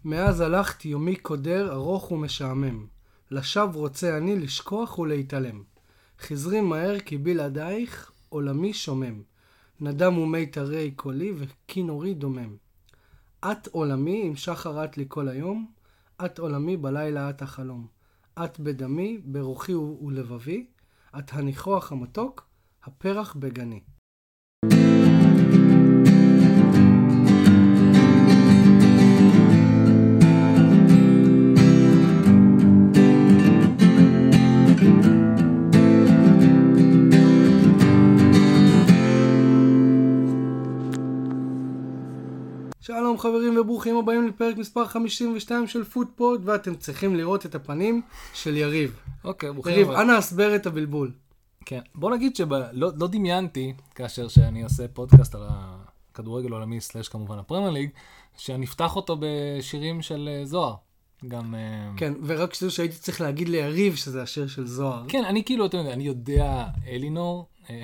מאז הלכת יומי קודר, ארוך ומשעמם. לשווא רוצה אני לשכוח ולהתעלם. חזרי מהר כי בלעדייך עולמי שומם. נדם ומי תרי קולי וכינורי דומם. את עולמי עם שחר את לי כל היום, את עולמי בלילה את החלום. את בדמי, ברוחי ולבבי, את הניחוח המתוק, הפרח בגני. שלום חברים וברוכים הבאים לפרק מספר 52 של פוטפוד, ואתם צריכים לראות את הפנים של יריב. אוקיי, ברוכים יריב, הבאים. אנא הסבר את הבלבול. כן, בוא נגיד שלא דמיינתי, כאשר שאני עושה פודקאסט על הכדורגל העולמי סלש כמובן הפרמייר ליג, שאני אפתח אותו בשירים של זוהר. גם... כן, ורק שתדעו שהייתי צריך להגיד ליריב שזה השיר של זוהר. כן, אני כאילו, אתה יודע, אני יודע אלינור,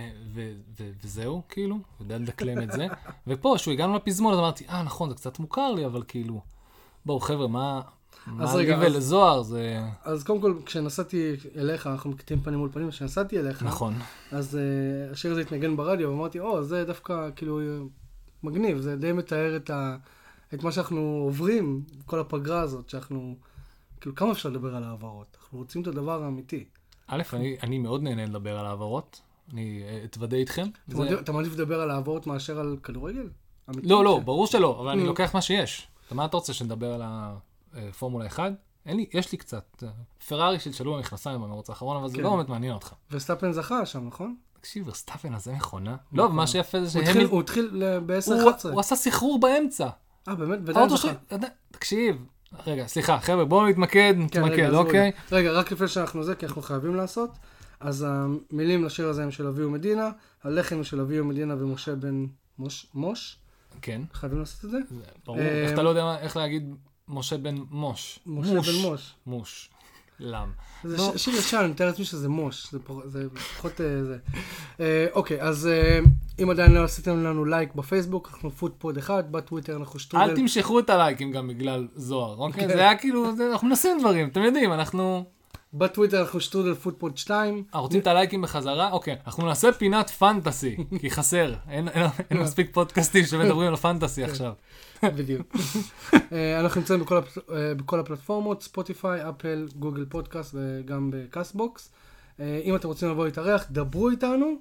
וזהו, כאילו, יודע לדקלם את זה. ופה, שהוא הגענו לפזמון, אז אמרתי, נכון, זה קצת מוכר לי, אבל כאילו, בואו חבר'ה, מה לי ולזוהר זה... אז קודם כל, כשנסעתי אליך, אנחנו מקטעים פנים מול פנים, כשנסעתי אליך, נכון. אז השיר הזה התנגן ברדיו, ואמרתי, זה דווקא כאילו מגניב, זה די מתאר את מה שאנחנו עוברים, כל הפגרה הזאת, שאנחנו, כאילו, כמה אפשר לדבר על העברות? אנחנו רוצים את הדבר האמיתי. א', אני מאוד נהנה לדבר על העברות, אני אתוודא איתכם. אתה מעדיף לדבר על העברות מאשר על כדורגל? לא, ברור שלא, אבל אני לוקח מה שיש. מה אתה רוצה שנדבר על הפורמולה 1? יש לי קצת. פרארי שלשלו במכנסיים במרוץ האחרון, אבל זה לא באמת מעניין אותך. וסטאפן זכה שם, נכון? תקשיב, וסטאפן הזה מכונה. לא, מה שיפה זה הוא התחיל ב-10-11. הוא עשה סחרור באמצע. באמת? ודאי זכה. תקשיב. רגע, סליחה, חבר'ה, בואו נתמקד, אוקיי? רגע, רק לפני שאנחנו זה, כי אנחנו חייבים לעשות. אז המילים לשיר הזה הם של אביהו מדינה, הלחם של אביהו מדינה ומשה בן מוש. כן. חייבים לעשות את זה? ברור. איך אתה לא יודע איך להגיד משה בן מוש? משה בן מוש. מוש. למה? זה שיר ישן, אני מתאר לעצמי שזה מוש. זה פחות זה. אוקיי, אז אם עדיין לא עשיתם לנו לייק בפייסבוק, אנחנו פוטפוד 1, בטוויטר אנחנו שטרודל. אל תמשכו את הלייקים גם בגלל זוהר, אוקיי? זה היה כאילו, אנחנו מנסים דברים, אתם יודעים, אנחנו... בטוויטר אנחנו שטרודל פוטפוד 2. רוצים את הלייקים בחזרה? אוקיי, אנחנו נעשה פינת פנטסי, כי חסר. אין מספיק פודקאסטים שמדברים על פנטסי עכשיו. בדיוק. אנחנו נמצאים בכל הפלטפורמות, ספוטיפיי, אפל, גוגל פודקאסט וגם בקאסטבוקס. אם אתם רוצים לבוא להתארח, דברו איתנו.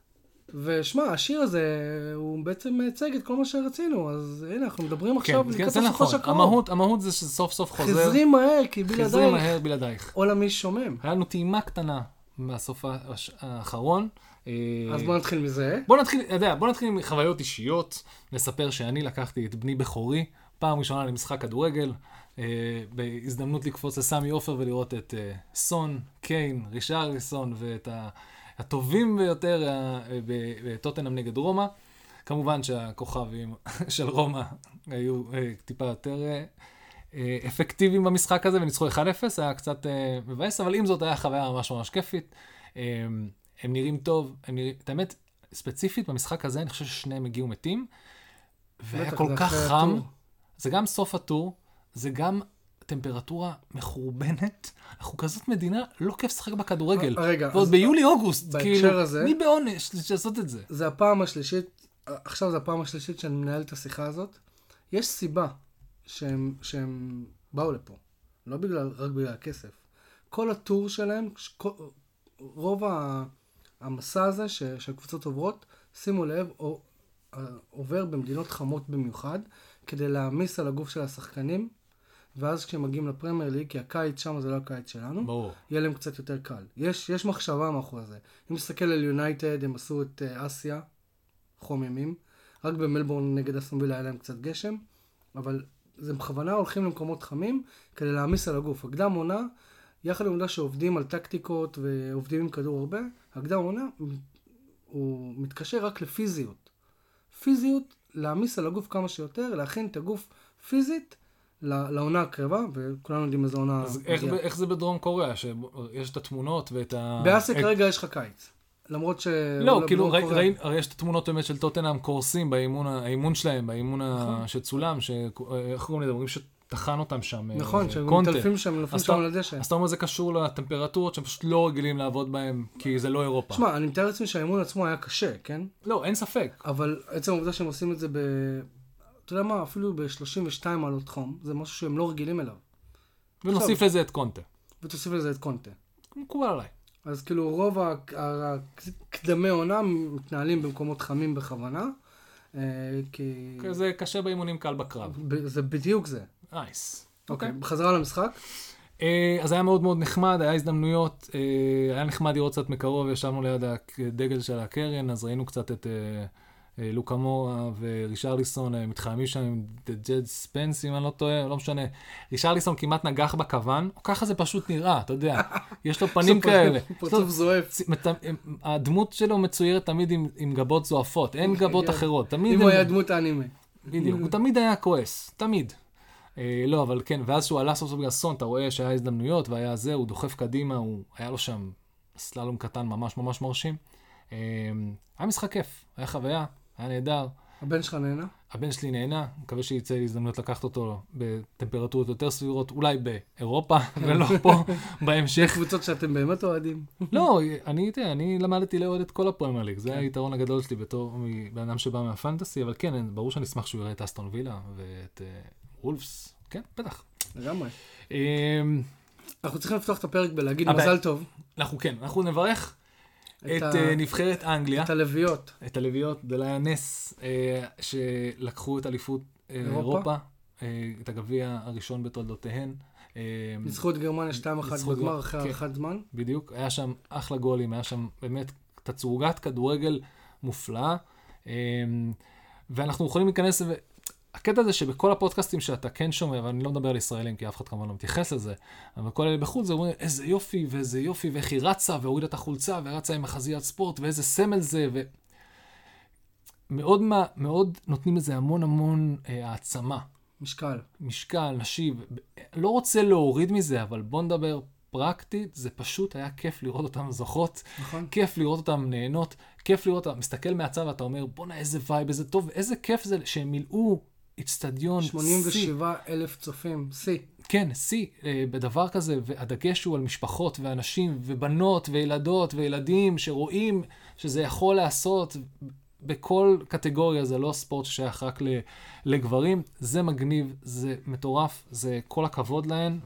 ושמע, השיר הזה הוא בעצם מייצג את כל מה שרצינו, אז הנה, אנחנו מדברים עכשיו לקראת הסוף השקרוב. המהות זה שסוף סוף חוזר. חזרי מהר, כי בלעדייך. עולמי שומם. היה לנו טעימה קטנה מהסוף האחרון. אז בוא נתחיל מזה. בוא נתחיל עם חוויות אישיות, לספר שאני לקחתי את בני בכורי, פעם ראשונה למשחק כדורגל, בהזדמנות לקפוץ לסמי עופר ולראות את סון, קיין, רישרליסון ואת הטובים ביותר בטוטנהאם נגד רומא. כמובן שהכוכבים של רומא היו טיפה יותר אפקטיביים במשחק הזה וניצחו 1-0, היה קצת מבאס, אבל עם זאת היה חוויה ממש ממש כיפית. הם נראים טוב, את האמת, ספציפית במשחק הזה אני חושב ששניהם הגיעו מתים, והיה כל כך חם, זה גם סוף הטור, זה גם טמפרטורה מחורבנת, אנחנו כזאת מדינה, לא כיף לשחק בכדורגל. ועוד ביולי-אוגוסט, כאילו, מי בעונש לעשות את זה? זה הפעם השלישית, עכשיו זה הפעם השלישית שאני מנהל את השיחה הזאת. יש סיבה שהם באו לפה, לא רק בגלל הכסף. כל הטור שלהם, רוב המסע הזה שהקבוצות עוברות, שימו לב, עובר במדינות חמות במיוחד, כדי להעמיס על הגוף של השחקנים, ואז כשהם מגיעים לפרמייר ליג, כי הקיץ שם זה לא הקיץ שלנו, ברור. יהיה להם קצת יותר קל. יש מחשבה מאחורי זה. אם נסתכל על יונייטד, הם עשו את אסיה, חוממים, רק במלבורן נגד אסטון וילה היה להם קצת גשם, אבל זה בכוונה הולכים למקומות חמים, כדי להעמיס על הגוף. הקדם עונה, יחד עם עובדה שעובדים על טקטיקות ועובדים עם כדור הרבה, הקדם עונה הוא מתקשר רק לפיזיות. פיזיות, להעמיס על הגוף כמה שיותר, להכין את הגוף פיזית, לעונה הקרבה, וכולנו יודעים איזו עונה... אז איך זה בדרום קוריאה? שיש את התמונות ואת ה... באסיה כרגע יש לך קיץ. למרות ש... לא, כאילו, הרי יש את התמונות באמת של טוטנהאם קורסים באימון שלהם, באימון שצולם, איך קוראים לזה? אומרים טחן אותם שם נכון, שהם קונטה. מתעלפים שם, נופלים שם על הדשא. אז אתה אומר, זה קשור לטמפרטורות שהם פשוט לא רגילים לעבוד בהם, כי זה לא אירופה. תשמע, אני מתאר לעצמי שהאימון עצמו היה קשה, כן? לא, אין ספק. אבל עצם העובדה שהם עושים את זה אתה יודע מה, אפילו ב-32 מעלות חום, זה משהו שהם לא רגילים אליו. ונוסיף לזה את קונטה. ותוסיף לזה את קונטה. מקובל עליי. אז כאילו רוב הקדמי עונה מתנהלים במקומות חמים בכוונה, כי... זה קשה באימונים, קל בקרב. זה בדיוק זה. נייס. אוקיי, בחזרה למשחק. אז היה מאוד מאוד נחמד, היה הזדמנויות, היה נחמד לראות קצת מקרוב, ישבנו ליד הדגל של הקרן, אז ראינו קצת את לוקה מורה ורישרליסון מתחממים שם עם ג'ד ספנס, אם אני לא טועה, לא משנה. רישרליסון כמעט נגח בכוון, או ככה זה פשוט נראה, אתה יודע, יש לו פנים כאלה. פרצוף זועף. הדמות שלו מצוירת תמיד עם גבות זועפות, אין גבות אחרות. אם הוא היה דמות האנימה. בדיוק, הוא תמיד היה כועס, תמיד. לא, אבל כן, ואז שהוא עלה סוף סוף באסון, אתה רואה שהיה הזדמנויות, והיה זה, הוא דוחף קדימה, היה לו שם סללום קטן ממש ממש מרשים. היה משחק כיף, היה חוויה, היה נהדר. הבן שלך נהנה? הבן שלי נהנה, מקווה שיצא לי הזדמנות לקחת אותו בטמפרטורות יותר סבירות, אולי באירופה, ולא פה בהמשך. קבוצות שאתם באמת אוהדים. לא, אני למדתי לאוהד את כל הפרמייר ליג, זה היתרון הגדול שלי בתור בן אדם שבא מהפנטסי, אבל כן, ברור שאני אשמח שהוא יראה את אסטון וילה ואת וולפס, כן, בטח. לגמרי. אנחנו צריכים לפתוח את הפרק בלהגיד מזל טוב. אנחנו נברך את נבחרת אנגליה. את הלוויות. את הלוויות, זה היה נס שלקחו את אליפות אירופה, את הגביע הראשון בתולדותיהן. ניצחו את גרמניה 2-1 בגמר אחרי הארכת זמן. בדיוק, היה שם אחלה גולים, היה שם באמת תצוגת כדורגל מופלאה, ואנחנו יכולים להיכנס הקטע הזה שבכל הפודקאסטים שאתה כן שומע, ואני לא מדבר על ישראלים, כי אף אחד כמובן לא מתייחס לזה, אבל כל אלה בחוץ זה אומרים, איזה יופי, ואיזה יופי, ואיך היא רצה, והורידה את החולצה, ורצה עם החזיית ספורט, ואיזה סמל זה, מאוד נותנים לזה המון העצמה. משקל, נשיב. לא רוצה להוריד מזה, אבל בוא נדבר פרקטית, זה פשוט היה כיף לראות אותם זוכות, כיף לראות אותם נהנות, כיף לראות אותם, מסתכל מהצד ואתה אומר, בוא'נה איזה וייב, איזה טוב, איזה כיף זה שהם מילאו אצטדיון 87,000 צופים, סי. כן, סי, בדבר כזה, והדגש הוא על משפחות ואנשים ובנות וילדות וילדים שרואים שזה יכול לעשות בכל קטגוריה, זה לא ספורט ששייך רק לגברים, זה מגניב, זה מטורף, זה כל הכבוד להן,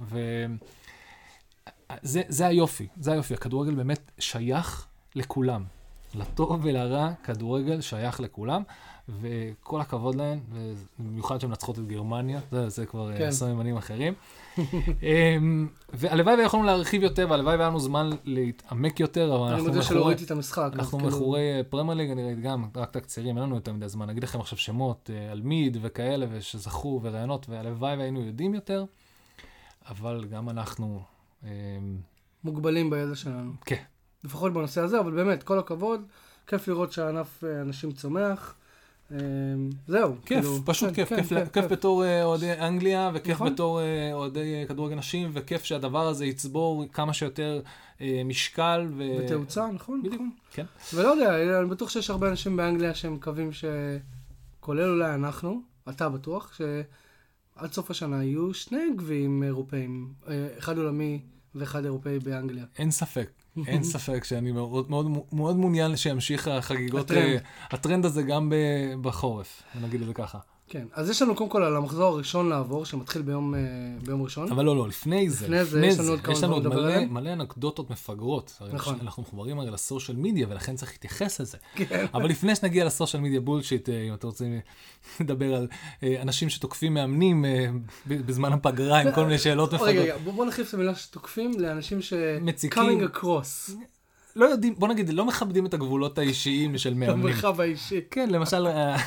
זה היופי, הכדורגל באמת שייך לכולם. לטוב ולרע, כדורגל שייך לכולם, וכל הכבוד להן, ובמיוחד שהן נצחות את גרמניה, זה כבר סממנים אחרים. והלוואי ויכולנו להרחיב יותר, והלוואי והיה לנו זמן להתעמק יותר, אבל אני מודה שלא ראיתי את המשחק. אנחנו מכורי פרמייר ליג, אני ראיתי גם רק תקצירים, אין לנו יותר מדי זמן. נגיד לכם עכשיו שמות על מיד וכאלה, ושזכו ורעיונות, והלוואי והיינו יודעים יותר, אבל גם אנחנו מוגבלים בידע שלנו. כן. לפחות בנושא הזה, אבל באמת, כל הכבוד, כיף לראות שהענף אנשים צומח. זהו. כיף, פשוט כיף. כיף בתור אוהדי אנגליה, וכיף בתור אוהדי כדורגל נשים, וכיף שהדבר הזה יצבור כמה שיותר משקל. ותאוצה, נכון? בדיוק, כן. ולא יודע, אני בטוח שיש הרבה אנשים באנגליה שהם מקווים כולל אולי אנחנו, אתה בטוח, שעד סוף השנה יהיו 2 גביעים אירופאים, אחד עולמי ואחד אירופאי באנגליה. אין ספק שאני מאוד מעוניין שימשיך החגיגות, הטרנד הזה גם בחורף, נגיד את זה ככה. כן, אז יש לנו קודם כל על המחזור הראשון לעבור, שמתחיל ביום ראשון. אבל לא, לפני זה יש לנו עוד מלא אנקדוטות מפגרות. נכון. אנחנו מחוברים הרי לסושיאל מדיה, ולכן צריך להתייחס לזה. אבל לפני שנגיע לסושיאל מדיה בולשיט, אם אתם רוצים לדבר על אנשים שתוקפים מאמנים בזמן הפגרה, עם כל מיני שאלות מפגרות. רגע, בוא נחליף את המילה שתוקפים לאנשים coming across. לא יודעים, בוא נגיד, לא מכבדים את הגבולות האישיים של מאמנים. המרחב האישי. כן, למשל,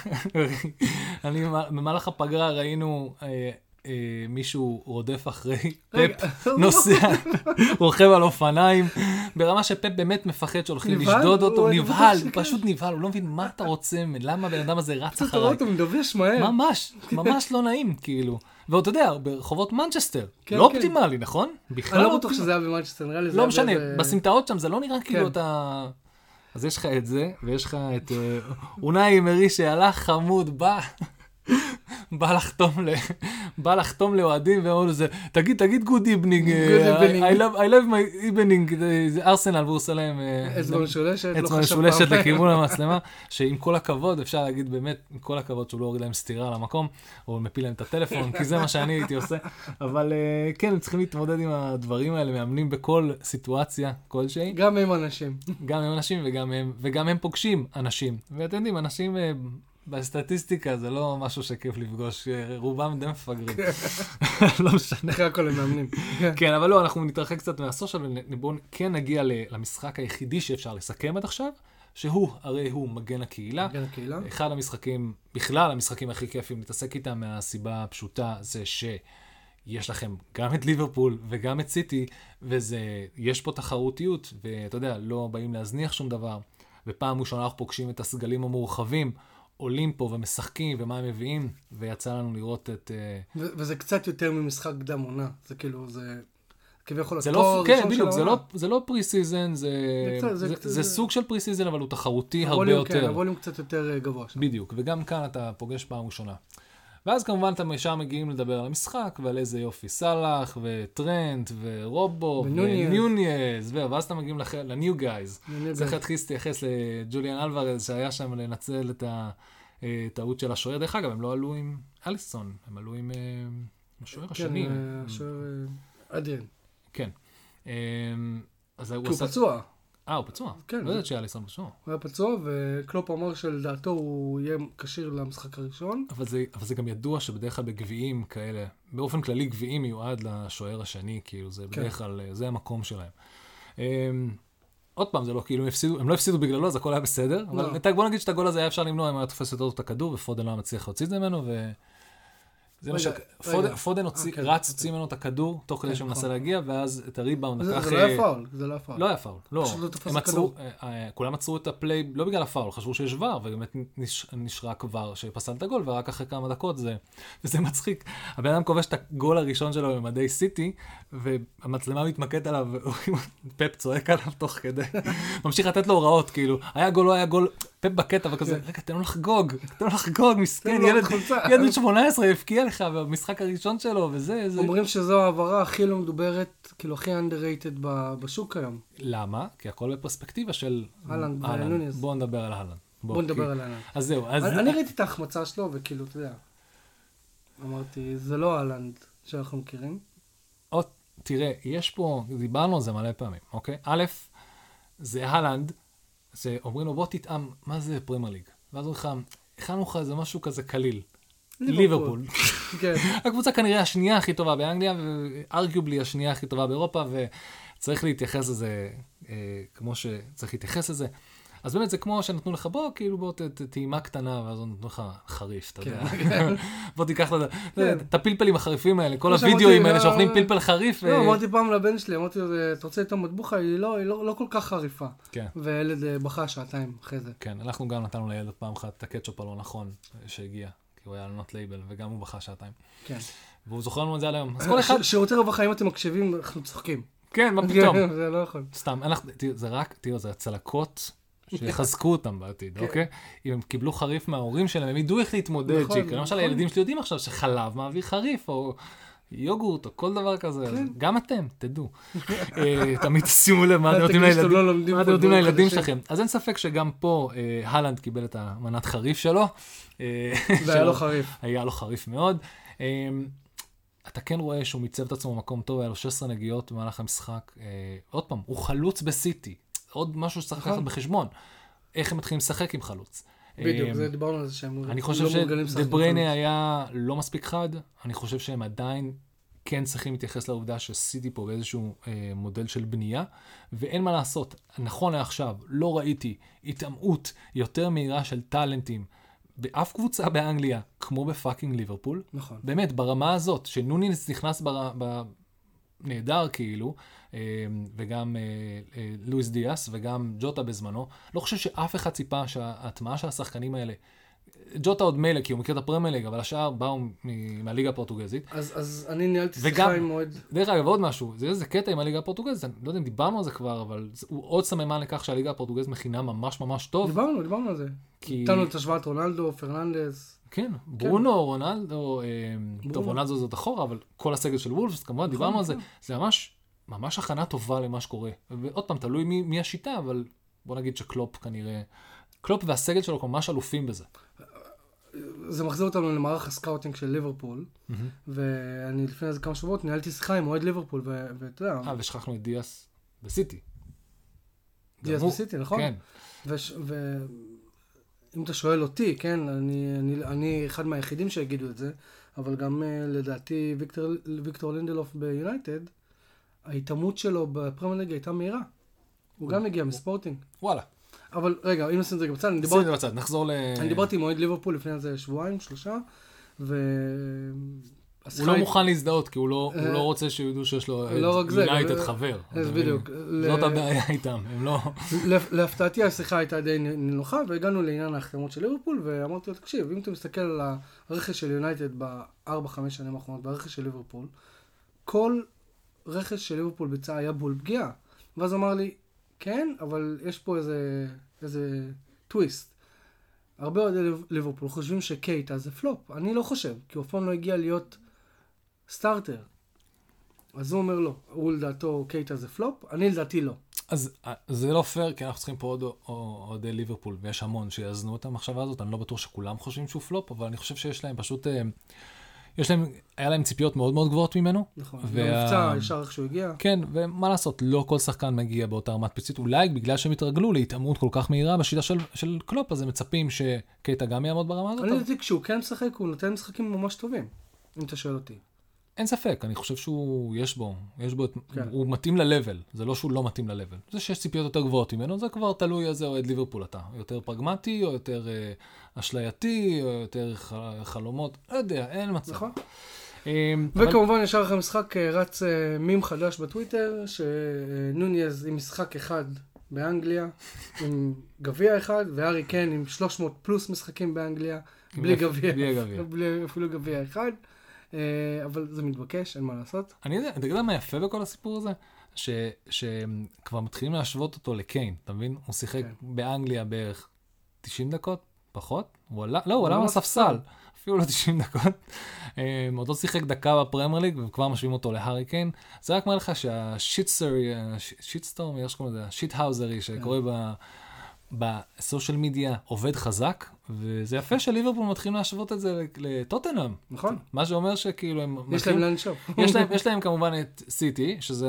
במהלך הפגרה ראינו מישהו רודף אחרי פפ, נוסע, רוכב על אופניים, ברמה שפפ באמת מפחד שהולכים לשדוד אותו, נבהל, פשוט נבהל, הוא לא מבין מה אתה רוצה, למה הבן אדם הזה רץ אחריי. אתה רואה אותו מדווש מהר. ממש לא נעים, כאילו. ואתה יודע, ברחובות מנצ'סטר, לא אופטימלי, נכון? אני לא בטוח שזה היה במנצ'סטר, נראה לי זה היה... לא משנה, בסמטאות שם זה לא נראה כאילו אתה... אז יש לך את זה, ויש לך את אונאי אמרי שהלך חמוד, בא, בא לחתום לאוהדים, ואומר לזה, תגיד good evening, I love my evening, זה ארסנל, והוא עושה להם אצבע משולשת, אצבע משולשת לכיוון המצלמה, שעם כל הכבוד, אפשר להגיד באמת, עם כל הכבוד שהוא לא הוריד להם סתירה למקום, או מפיל להם את הטלפון, כי זה מה שאני הייתי עושה, אבל כן, הם צריכים להתמודד עם הדברים האלה, מאמנים בכל סיטואציה כלשהי. גם הם אנשים. גם הם אנשים, וגם הם פוגשים אנשים. ואתם יודעים, אנשים בסטטיסטיקה זה לא משהו שכיף לפגוש, רובם די מפגרים. לא משנה. אחרי הכל הם מאמנים. כן, אבל לא, אנחנו נתרחק קצת מהסושיאל, ובואו כן נגיע למשחק היחידי שאפשר לסכם עד עכשיו, שהוא, הרי הוא מגן הקהילה. מגן הקהילה. אחד המשחקים, בכלל המשחקים הכי כיפים להתעסק איתם מהסיבה הפשוטה, זה שיש לכם גם את ליברפול וגם את סיטי, יש פה תחרותיות, ואתה יודע, לא באים להזניח שום דבר, ופעם ראשונה אנחנו פוגשים את הסגלים המורחבים, עולים פה ומשחקים ומה הם מביאים, ויצא לנו לראות את... וזה קצת יותר ממשחק קדם עונה, זה כאילו, זה... כביכול זה לא, כן, בדיוק, זה לא פרי-סיזן, זה סוג של פרי-סיזן, אבל הוא תחרותי הרבה יותר. כן, הווליום קצת יותר גבוה. בדיוק, וגם כאן אתה פוגש פעם ראשונה. ואז כמובן אתה ישר מגיעים לדבר על המשחק, ועל איזה יופי סלאח, וטרנט, ורובו, וניוניאז, ואז אתה מגיעים לניו גייז. צריך להתחיל להתייחס לג'וליאן אלוורז, שהיה שם לנצל את הטעות של השוער. דרך אגב, הם לא עלו עם אליסון, הם עלו עם השוער השני. כן, השוער אדריאן. כן. כי הוא פצוע. הוא פצוע? כן. לא יודעת שאליסון פצוע. הוא היה פצוע, וקלופ אמר שלדעתו הוא יהיה כשיר למשחק הראשון. אבל זה גם ידוע שבדרך כלל בגביעים כאלה, באופן כללי גביעים מיועד לשוער השני, כאילו זה בדרך כלל, זה המקום שלהם. עוד פעם, זה לא כאילו הם לא הפסידו בגללו, אז הכל היה בסדר, אבל בוא נגיד שאת הגול הזה היה אפשר למנוע, אם היה תופס יותר את הכדור, ופודן לא מצליח להוציא את זה ממנו, פודן רץ, הוציא ממנו את הכדור, תוך כדי שהוא מנסה להגיע, ואז את הריבאונד לקח... זה לא היה פאול, לא היה פאול, לא. כולם עצרו את הפליי, לא בגלל הפאול, חשבו שיש ור, ובאמת נשרק ור שפסל את הגול, ורק אחרי כמה דקות וזה מצחיק. הבן אדם כובש את הגול הראשון שלו במדי סיטי, והמצלמה מתמקדת עליו, פפ צועק עליו תוך כדי. ממשיך לתת לו הוראות, כאילו, היה גול, לא היה גול, פפ בקטע וכזה, רגע, תן לו לחגוג, מסכן, ילד בן 18 הפקיע לך במשחק הראשון שלו, וזה... אומרים שזו העברה הכי לא מדוברת, כאילו הכי underrated בשוק היום. למה? כי הכל בפרספקטיבה של הלנד ונוניס. בואו נדבר על הלנד. בואו נדבר על הלנד. אז זהו. אני ראיתי את ההחמצה שלו, וכאילו, אתה יודע, אמרתי, זה לא הלנד שאנחנו מכירים. תראה, יש פה, דיברנו על זה מלא פעמים, אוקיי? א', זה הלנד, שאומרים לו, בוא תטעם, מה זה פרמייר ליג? ואז אומרים לך, הכנו לך איזה משהו כזה קליל. ליברפול. הקבוצה כנראה השנייה הכי טובה באנגליה, וארגיובלי השנייה הכי טובה באירופה, וצריך להתייחס לזה כמו שצריך להתייחס לזה. אז באמת זה כמו שנתנו לך, בוא, כאילו בוא טעימה קטנה, ואז נתנו לך חריף, אתה יודע. בוא תיקח את הפלפלים החריפים האלה, כל הוידאוים האלה שאוכלים פלפל חריף. לא, אמרתי פעם לבן שלי, אמרתי לו, אתה רוצה איתה מטבוחה, היא לא כל כך חריפה. וילד בכה שעתיים אחרי זה. כן, אנחנו גם נתנו לילד פעם אחת את הקטשופ הלא נכון שהגיע, כי הוא היה נוט לייבל, וגם הוא בכה שעתיים. כן. והוא זוכר לנו את זה על היום. אז כל אחד... שירותי רווחה, אם אתם מקשיבים, אנחנו צוחקים. כן, מה פתאום? זה לא יכול. סתם, זה רק, תראו, זה הצלקות שיחזקו אותם בעתיד, אוקיי? אם הם קיבלו חריף מההורים שלהם, הם ידעו איך להתמודד, צ'יק. למשל, הילדים שלי יודעים עכשיו שחלב מעביר חריף, או יוגורט, או כל דבר כזה. גם אתם, תדעו. תמיד תשימו לב מה אתם יודעים לילדים שלכם. אז אין ספק שגם פה הלנד קיבל את המנת חריף שלו. והיה לו חריף. היה לו חריף מאוד. אתה כן רואה שהוא מיצב את עצמו במקום טוב, היה לו 16 נגיעות במהלך המשחק. עוד פעם, הוא חלוץ בסיטי. עוד משהו שצריך לקחת בחשבון. איך הם מתחילים לשחק עם חלוץ. בדיוק, זה דיברנו על זה שהם לא מורגלים לשחק אני חושב בחלוץ. שדבריינה היה לא מספיק חד. אני חושב שהם עדיין כן צריכים להתייחס לעובדה שסיטי פה באיזשהו מודל של בנייה, ואין מה לעשות. נכון לעכשיו, לא ראיתי התאמות יותר מהירה של טלנטים באף קבוצה באנגליה, כמו בפאקינג ליברפול. נכון. באמת, ברמה הזאת, שנונינס נכנס נהדר כאילו, וגם לואיס דיאס, וגם ג'וטה בזמנו. לא חושב שאף אחד ציפה שההטמעה של השחקנים האלה, ג'וטה עוד מילא, כי הוא מכיר את הפרמייר ליג, אבל השאר באו מהליגה הפורטוגזית. אז אני ניהלתי שיחה עם מועד... דרך אגב, עוד משהו, זה קטע עם הליגה הפורטוגזית, אני לא יודע אם דיברנו על זה כבר, אבל הוא עוד סממן לכך שהליגה הפורטוגזית מכינה ממש ממש טוב. דיברנו על זה. נתנו את השוואת רונלדו, פרננדס. כן, ברונו, רונלדו, טוב, רונלדו זאת אחורה, אבל כל הסגל של וולפס, כמובן, דיברנו על זה, זה ממש הכנה טובה למה שקורה. ועוד פעם, תלוי מי השיטה, אבל בוא נגיד שקלופ כנראה, קלופ והסגל שלו ממש אלופים בזה. זה מחזיר אותנו למערך הסקאוטינג של ליברפול, ואני לפני איזה כמה שבועות ניהלתי שיחה עם אוהד ליברפול, ואתה יודע... ושכחנו את דיאס בסיטי. דיאס בסיטי, נכון? כן. אם אתה שואל אותי, כן, אני אחד מהיחידים שיגידו את זה, אבל גם לדעתי ויקטור לינדלוף ביונייטד, ההתאמות שלו בפרמייר ליג הייתה מהירה. הוא גם הגיע מספורטינג. וואלה. אבל רגע, אם נשים את זה בצד, נחזור אני דיברתי עם אוהד ליברפול לפני איזה שבועיים, 3, הוא לא מוכן להזדהות, כי הוא לא רוצה שידעו שיש לו יונייטד חבר. אז בדיוק. זאת הבעיה איתם, הם לא... להפתעתי השיחה הייתה די נינוחה, והגענו לעניין ההחתמות של ליברפול, ואמרתי לו, תקשיב, אם אתה מסתכל על הרכש של יונייטד ב4-5 שנים האחרונות, והרכש של ליברפול, כל רכש של ליברפול ביצע היה בול פגיעה. ואז אמר לי, כן, אבל יש פה איזה טוויסט. הרבה אוהדי ליברפול חושבים שקייטה זה פלופ. אני לא חושב, כי הוא אף פעם לא הגיע להיות סטארטר. אז הוא אומר לא. הוא לדעתו קייטה זה פלופ, אני לדעתי לא. אז זה לא פייר, כי אנחנו צריכים פה עוד אוהדי ליברפול, ויש המון שיאזנו את המחשבה הזאת. אני לא בטוח שכולם חושבים שהוא פלופ, אבל אני חושב שיש להם פשוט... היה להם ציפיות מאוד מאוד גבוהות ממנו. נכון, והמבצע ישר איך שהוא הגיע. כן, ומה לעשות, לא כל שחקן מגיע באותה רמת פיצית, אולי בגלל שהם התרגלו להתאמות כל כך מהירה בשיטה של קלופ, אז הם מצפים שקייטה גם יעמוד ברמה הזאת. אני יודעת, כשהוא כן משחק, הוא נותן משחקים ממש טובים, אם אתה שואל אותי. אין ספק, אני חושב יש בו, הוא מתאים ללבל, זה לא שהוא לא מתאים ללבל. זה שיש ציפיות יותר גבוהות ממנו, זה כבר תלוי איזה אוהד ליברפול אתה. יותר פרגמטי, או יותר אשלייתי, או יותר חלומות, לא יודע, אין מצב. נכון. וכמובן ישר אחרי המשחק רץ מים חדש בטוויטר, שנוניז עם משחק אחד באנגליה, עם גביע אחד, והארי קיין עם 300 פלוס משחקים באנגליה, בלי גביע, אפילו גביע אחד. אבל זה מתבקש, אין מה לעשות. אני יודע מה יפה בכל הסיפור הזה? שכבר מתחילים להשוות אותו לקיין, אתה מבין? הוא שיחק באנגליה בערך 90 דקות, פחות? הוא עלה מהספסל, אפילו לא 90 דקות. עוד לא שיחק דקה בפרמייר ליג, וכבר משווים אותו להארי קיין. זה רק מראה לך שהשיטסטורם, יש כמו זה, השיט-האוזרי שקורה בסושיאל מדיה עובד חזק, וזה יפה שליברפול מתחילים להשוות את זה לטוטנהאם. נכון. מה שאומר שכאילו הם... יש להם לנשוף. יש להם כמובן את סיטי, שזה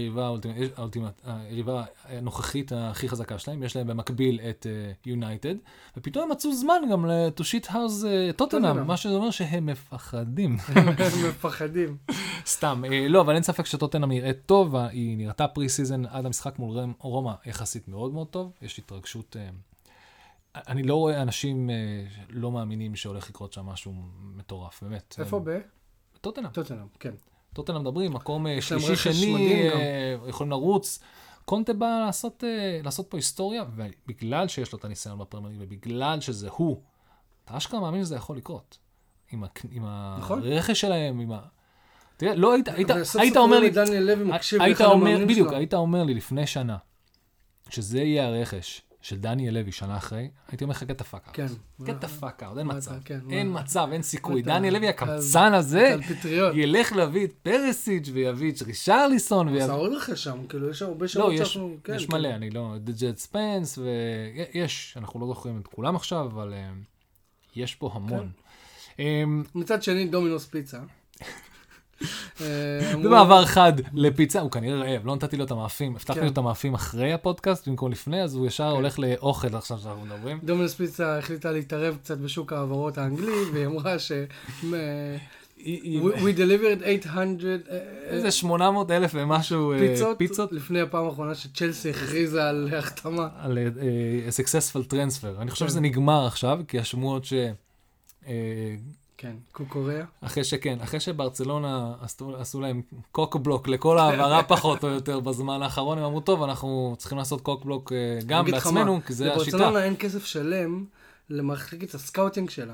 היריבה הנוכחית הכי חזקה שלהם. יש להם במקביל את יונייטד, ופתאום הם מצאו זמן גם to shit house טוטנהאם, מה שזה אומר שהם מפחדים. הם מפחדים. סתם. לא, אבל אין ספק שטוטנהאם נראית טוב, היא נראתה פרי סיזן עד המשחק מול רומא יחסית מאוד מאוד טוב. יש התרגשות... אני לא רואה אנשים לא מאמינים שהולך לקרות שם משהו מטורף, באמת. איפה טוטנהאם. טוטנהאם, כן. טוטנהאם מדברים, מקום שלישי שני, יכולים לרוץ. קונטה בא לעשות פה היסטוריה, ובגלל שיש לו את הניסיון בפרמייר ליג, ובגלל שזה הוא, אתה אשכרה מאמין שזה יכול לקרות. עם הרכש שלהם, עם ה... תראה, לא היית אומר לי... היית אומר לי לפני שנה, שזה יהיה הרכש. של דניאל לוי שנה אחרי, הייתי אומר לך, get the fuck out. כן. get the fuck out, אין מצב. אין מצב, אין סיכוי. דניאל לוי הקמצן הזה, ילך להביא את פרסיץ' ויביא את רישרליסון. זה עוד לך שם, כאילו יש הרבה שמות שאנחנו... לא, יש מלא, אני לא... דג'ט ספנס, ויש, אנחנו לא זוכרים את כולם עכשיו, אבל יש פה המון. מצד שני, דומינוס פיצה. במעבר חד לפיצה, הוא כנראה רעב, לא נתתי לו את המאפים, הבטחתי לו את המאפים אחרי הפודקאסט, במקום לפני, אז הוא ישר הולך לאוכל עכשיו שאנחנו מדברים. דומינוס פיצה החליטה להתערב קצת בשוק העברות האנגלי, והיא אמרה ש... We delivered 800... איזה 800,000 ומשהו פיצות. לפני הפעם האחרונה שצ'לסי הכריזה על החתמה. על successful transfer. אני חושב שזה נגמר עכשיו, כי השמועות ש... כן, קוקוריה. אחרי שברצלונה עשו להם קוקבלוק לכל העברה פחות או יותר בזמן האחרון, הם אמרו, טוב, אנחנו צריכים לעשות קוקבלוק גם בעצמנו, כי זה השיטה. לברצלונה אין כסף שלם למחלקת הסקאוטינג שלה.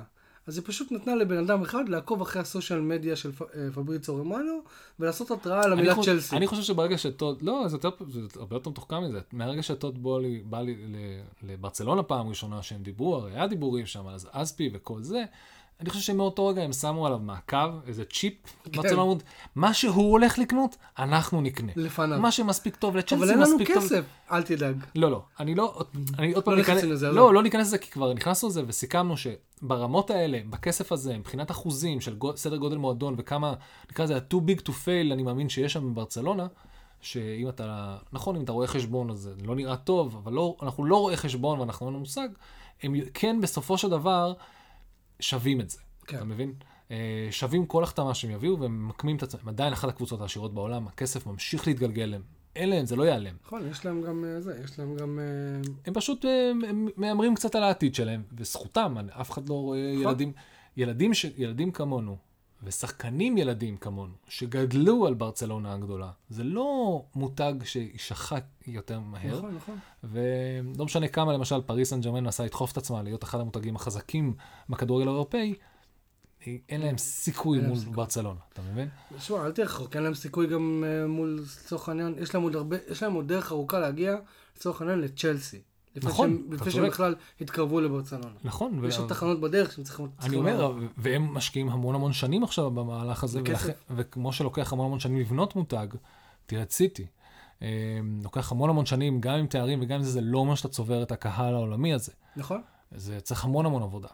אז היא פשוט נתנה לבן אדם אחד לעקוב אחרי הסושיאל מדיה של פבריצו רומנו, ולעשות התראה על המילה צ'לסי. אני חושב שברגע שטוד, לא, זה הרבה יותר מתוחכם מזה. מהרגע שטוד בולי בא לברצלונה פעם ראשונה שהם דיברו, הרי היה דיבורים שם על אספי וכל זה, אני חושב שמאותו רגע הם שמו עליו מעקב, איזה צ'יפ, ברצלונה, מה שהוא הולך לקנות, אנחנו נקנה. לפניו. מה שמספיק טוב לצ'לסי, אבל אין לנו כסף, אל תדאג. לא, אני עוד פעם לא ניכנס לזה, כי כבר נכנסנו לזה וסיכמנו שברמות האלה, בכסף הזה, מבחינת אחוזים של סדר גודל מועדון וכמה, נקרא לזה, too big to fail, אני מאמין שיש שם בברצלונה, שאם אתה, נכון, אם אתה רואה חשבון, אז זה לא נראה טוב, אבל אנחנו לא רואה חשבון ואנחנו אין לנו מושג, הם כן בסופו של דבר שווים את זה. כן. אתה מבין? שווים כל החתמה שהם יביאו, והם מקמים את עצמם. עדיין אחת הקבוצות העשירות בעולם, הכסף ממשיך להתגלגל להם. אלה, זה לא ייעלם. נכון, יש להם גם זה, יש להם גם... הם פשוט מאמרים קצת על העתיד שלהם, וזכותם, אף אחד לא רואה ילדים כמונו, ושחקנים ילדים כמונו, שגדלו על ברצלונה הגדולה. זה לא מותג שישחק יותר מהר. נכון, נכון. ולא משנה כמה, למשל, פריס סן ז'רמן נסה לדחוף את עצמה להיות אחד המותגים החזקים בכדורגל האירופאי, אין להם סיכוי מול ברצלונה, אתה מבין? שמע, אל תרחוק, אין להם סיכוי גם מול לצורך העניין, יש להם עוד דרך ארוכה להגיע לצורך העניין לצ'לסי. נכון. לפני שהם בכלל התקרבו לברצלונה. נכון. יש עוד תחנות בדרך שהם צריכים... אני אומר, והם משקיעים המון שנים עכשיו במהלך הזה, וכמו שלוקח המון שנים לבנות מותג, תראה את סיטי. לוקח המון שנים, גם עם תארים וגם עם זה לא אומר שאתה צובר את הקהל העולמי הזה. נכון. זה צריך המון עבודה.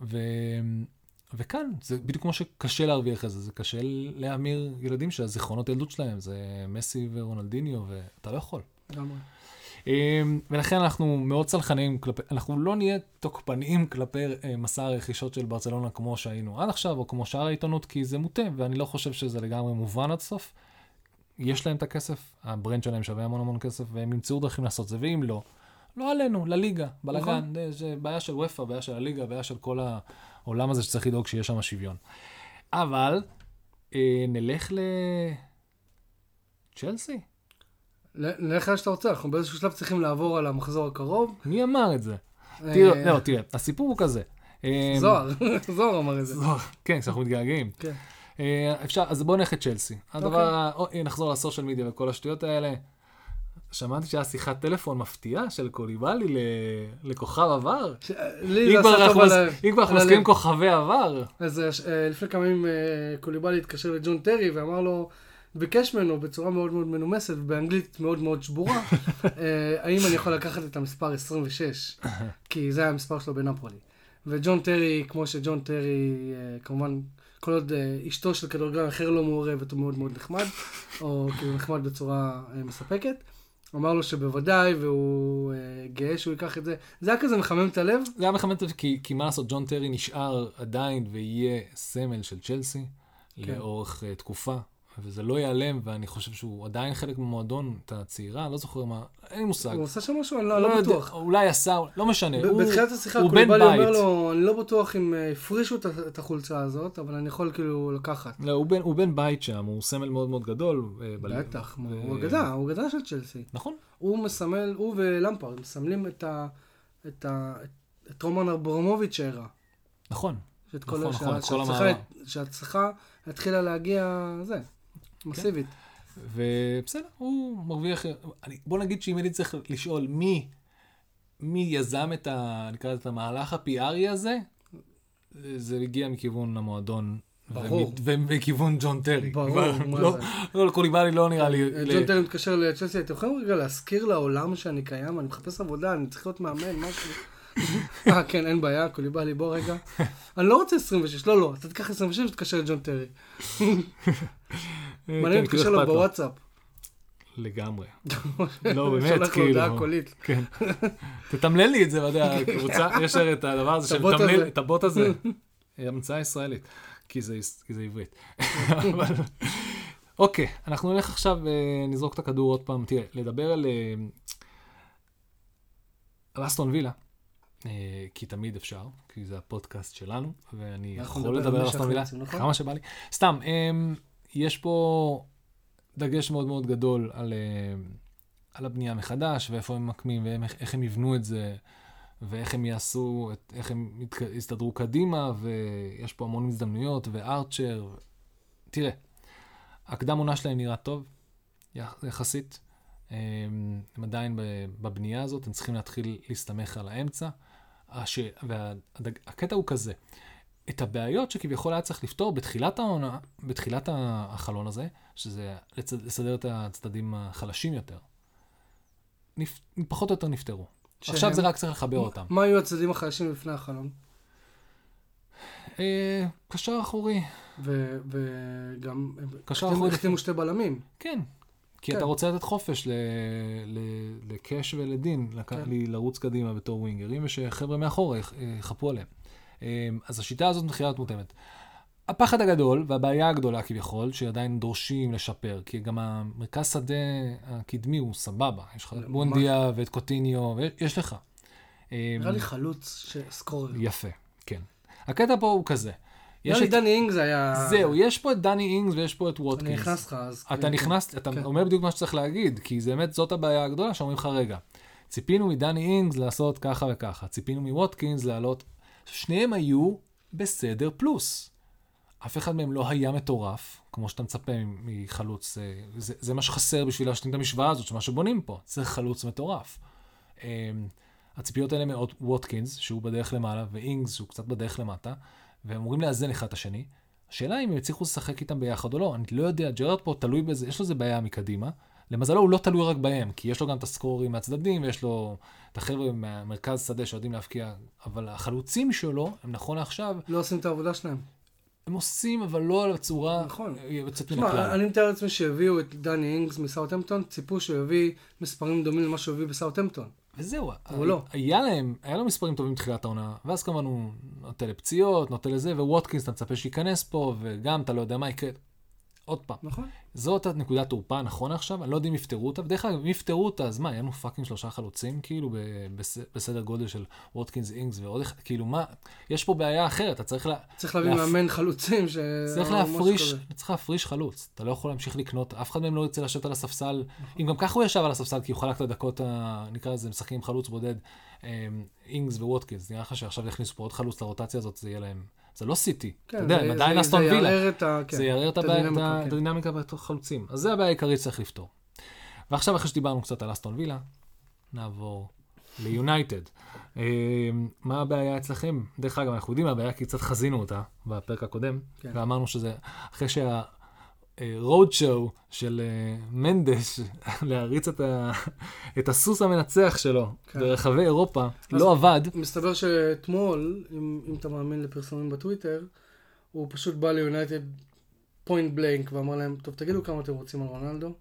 וכאן, זה בדיוק כמו שקשה להרוויח את זה, זה קשה להמיר ילדים שהזיכרונות ילדות שלהם, זה מסי ורונלדיניו, ואתה לא יכול. לגמרי. ולכן אנחנו מאוד צלחניים אנחנו לא נהיה תוקפניים כלפי מסע הרכישות של ברצלונה כמו שהיינו עד עכשיו, או כמו שאר העיתונות, כי זה מוטה, ואני לא חושב שזה לגמרי מובן עד סוף. יש להם את הכסף, הברנד שלהם שווה המון כסף, והם ימצאו דרכים לעשות זה, ואם לא, לא עלינו, לליגה, בלגן, זה בעיה של וופא, בעיה של הליגה, בעיה של כל העולם הזה שצריך לדאוג שיש שם שוויון. אבל נלך לצ'לסי. נלך על שאתה רוצה, אנחנו באיזשהו שלב צריכים לעבור על המחזור הקרוב. מי אמר את זה? תראה, הסיפור הוא כזה. זוהר אמר את זה. כן, כשאנחנו מתגעגעים. כן. אפשר, אז בואו נלך את צ'לסי. הדבר, נחזור לסושיאל מדיה וכל השטויות האלה. שמעתי שהיה שיחת טלפון מפתיעה של קוליבאלי לכוכב עבר. אם כבר אנחנו מסכים כוכבי עבר. אז לפני כמה ימים קוליבאלי התקשר לג'ון טרי ואמר לו, ביקש ממנו בצורה מאוד מנומסת, ובאנגלית מאוד שבורה, האם אני יכול לקחת את המספר 26, כי זה היה המספר שלו בנפולי. וג'ון טרי, כמו שג'ון טרי, כמובן, כל עוד אשתו של כדורגלן אחר לא מעורבת, הוא מאוד נחמד, או כאילו נחמד בצורה מספקת. אמר לו שבוודאי, והוא גאה שהוא ייקח את זה. זה היה כזה מחמם את הלב? זה היה מחמם את הלב, כי מה לעשות, ג'ון טרי נשאר עדיין ויהיה סמל של צ'לסי, לאורך תקופה. וזה לא ייעלם, ואני חושב שהוא עדיין חלק ממועדון, את הצעירה, לא זוכר מה, אין לי מושג. הוא עושה שם משהו, אני לא בטוח. אולי עשה, לא משנה. בתחילת השיחה, קוליבאלי אומר לו, אני לא בטוח אם הפרישו את החולצה הזאת, אבל אני יכול כאילו לקחת. לא, הוא בן בית שם, הוא סמל מאוד גדול. בטח, הוא אגדה של צ'לסי. נכון. הוא מסמל, הוא ולמפרד, מסמלים את רומן אברמוביץ' שהראה. נכון. שהצליחה התחילה להגיע, זה, מסיבית. ובסדר, הוא מרוויח, בוא נגיד שאם אני צריך לשאול מי יזם נקרא את המהלך ה-PRי הזה, זה הגיע מכיוון המועדון. ברור. ומכיוון ג'ון טרי. ברור, מה זה? לא, קוליבאלי לא נראה לי... ג'ון טרי מתקשר לצ'לסי, אתם יכולים רגע להזכיר לעולם שאני קיים, אני מחפש עבודה, אני צריך להיות מאמן, משהו. כן, אין בעיה, קוליבאלי, בוא רגע. אני לא רוצה 26, לא, אתה תיקח 26 ותקשר לג'ון טרי. מעניין, תקשר לו בוואטסאפ. לגמרי. לא, באמת, כאילו. שולח לו הודעה קולית. כן. תתמלל לי את זה, הקבוצה, יש את הדבר הזה, את הבוט הזה. המצאה ישראלית, כי זה עברית. אוקיי, אנחנו נלך עכשיו ונזרוק את הכדור עוד פעם. תראה, לדבר על אסטון וילה. כי תמיד אפשר, כי זה הפודקאסט שלנו, ואני יכול לדבר על אסטון וילה כמה שבא לי. סתם, יש פה דגש מאוד גדול על הבנייה מחדש, ואיפה הם מקמים, ואיך הם יבנו את זה, ואיך הם יעשו, איך הם יסתדרו קדימה, ויש פה המון הזדמנויות, וארצ'ר. תראה, הקדם עונה שלהם נראה טוב, יחסית. הם עדיין בבנייה הזאת, הם צריכים להתחיל להסתמך על האמצע. והקטע הוא כזה, את הבעיות שכביכול היה צריך לפתור בתחילת העונה, בתחילת החלון הזה, שזה לסדר את הצדדים החלשים יותר, פחות או יותר נפתרו. עכשיו זה רק צריך לחבר אותם. מה היו הצדדים החלשים לפני החלון? קשר אחורי. וגם החתימו שתי בלמים. כן. כי אתה רוצה לתת חופש לקש ולדין, לרוץ קדימה בתור ווינגרים, ושחבר'ה מאחורה יחפו עליהם. אז השיטה הזאת מתחילה להיות מותאמת. הפחד הגדול והבעיה הגדולה כביכול, שעדיין דורשים לשפר, כי גם המרכז שדה הקדמי הוא סבבה. יש לך בונדיה ואת קוטיניו, ויש לך. נראה לי חלוץ שסקורר. יפה, כן. הקטע פה הוא כזה. נראה לי דני אינגס היה... זהו, יש פה את דני אינגס ויש פה את ווטקינס. אני נכנס לך אז... אתה נכנס, אתה אומר בדיוק מה שצריך להגיד, כי זה באמת זאת הבעיה הגדולה שאומרים לך רגע. ציפינו מדני אינגס לעשות ככה וככה, ציפינו מווטקינס לעלות... שניהם היו בסדר פלוס. אף אחד מהם לא היה מטורף, כמו שאתה מצפה מחלוץ. זה מה שחסר בשביל להשלים את המשוואה הזאת, שמה שבונים פה. זה חלוץ מטורף. הציפיות האלה מאוד ווטקינס, שהוא בדרך למעלה, ואינגס, שהוא קצת בדרך למטה, והם אמורים לאזן אחד את השני. השאלה אם הם יצליחו לשחק איתם ביחד או לא. אני לא יודע, ג'רארד פה תלוי בזה, יש לו זה בעיה מקדימה. למזלו הוא לא תלוי רק בהם, כי יש לו גם את הסקורים מהצדדים, ויש לו את החבר'ה מהמרכז שדה שיודעים להפקיע, אבל החלוצים שלו, הם נכון לעכשיו... לא עושים את העבודה שלהם. הם עושים, אבל לא על הצורה... נכון. יוצאת מן הכלל. אני מתאר לעצמי שהביאו את דני אינגס מסאוטהמפטון, ציפו שהביא מספרים דומים למה שהביא בסאוטהמפטון. וזהו. אבל לא. היה לו מספרים טובים בתחילת העונה, ואז כמובן הוא נוטה לפציעות, נוטה לזה, וווטקינס אתה מצפה שייכנס פה, וגם אתה לא יודע מה יקרה. עוד פעם. נכון. זאת נקודת תורפה, נכון עכשיו, אני לא יודע אם יפתרו אותה, בדרך כלל אם יפתרו אותה, אז מה, היה לנו פאקינג 3 חלוצים, כאילו, בסדר גודל של ווטקינס, אינגס ועוד אחד, כאילו, מה, יש פה בעיה אחרת, אתה צריך להביא מאמן חלוצים צריך להפריש חלוץ, אתה לא יכול להמשיך לקנות, אף אחד מהם לא ירצה לשבת על הספסל, אם גם ככה הוא ישב על הספסל, כי הוא חלק את הדקות, נקרא לזה, משחקים עם חלוץ בודד, אינגס וווטקינס, נראה לך שעכשיו יכניסו פה עוד חלוץ לרוטציה הזאת, זה יהיה להם זה לא סיטי. אתה יודע, הם עדיין אסטון וילה. זה יערער את הדינמיקה בתוך חלוצים. אז זה הבעיה העיקרית שצריך לפתור. ועכשיו אחרי שדיברנו קצת על אסטון וילה, נעבור ליונייטד. מה הבעיה אצלכם? דרך אגב, אנחנו יודעים מה הבעיה, כי קצת חזינו אותה בפרק הקודם, ואמרנו שזה אחרי רוד שואו של מנדש, להריץ את הסוס המנצח שלו ברחבי אירופה, לא עבד. מסתבר שאתמול, אם אתה מאמין לפרסומים בטוויטר, הוא פשוט בא ליונייטד פוינט בלנק ואמר להם, טוב, תגידו כמה אתם רוצים על רונלדו.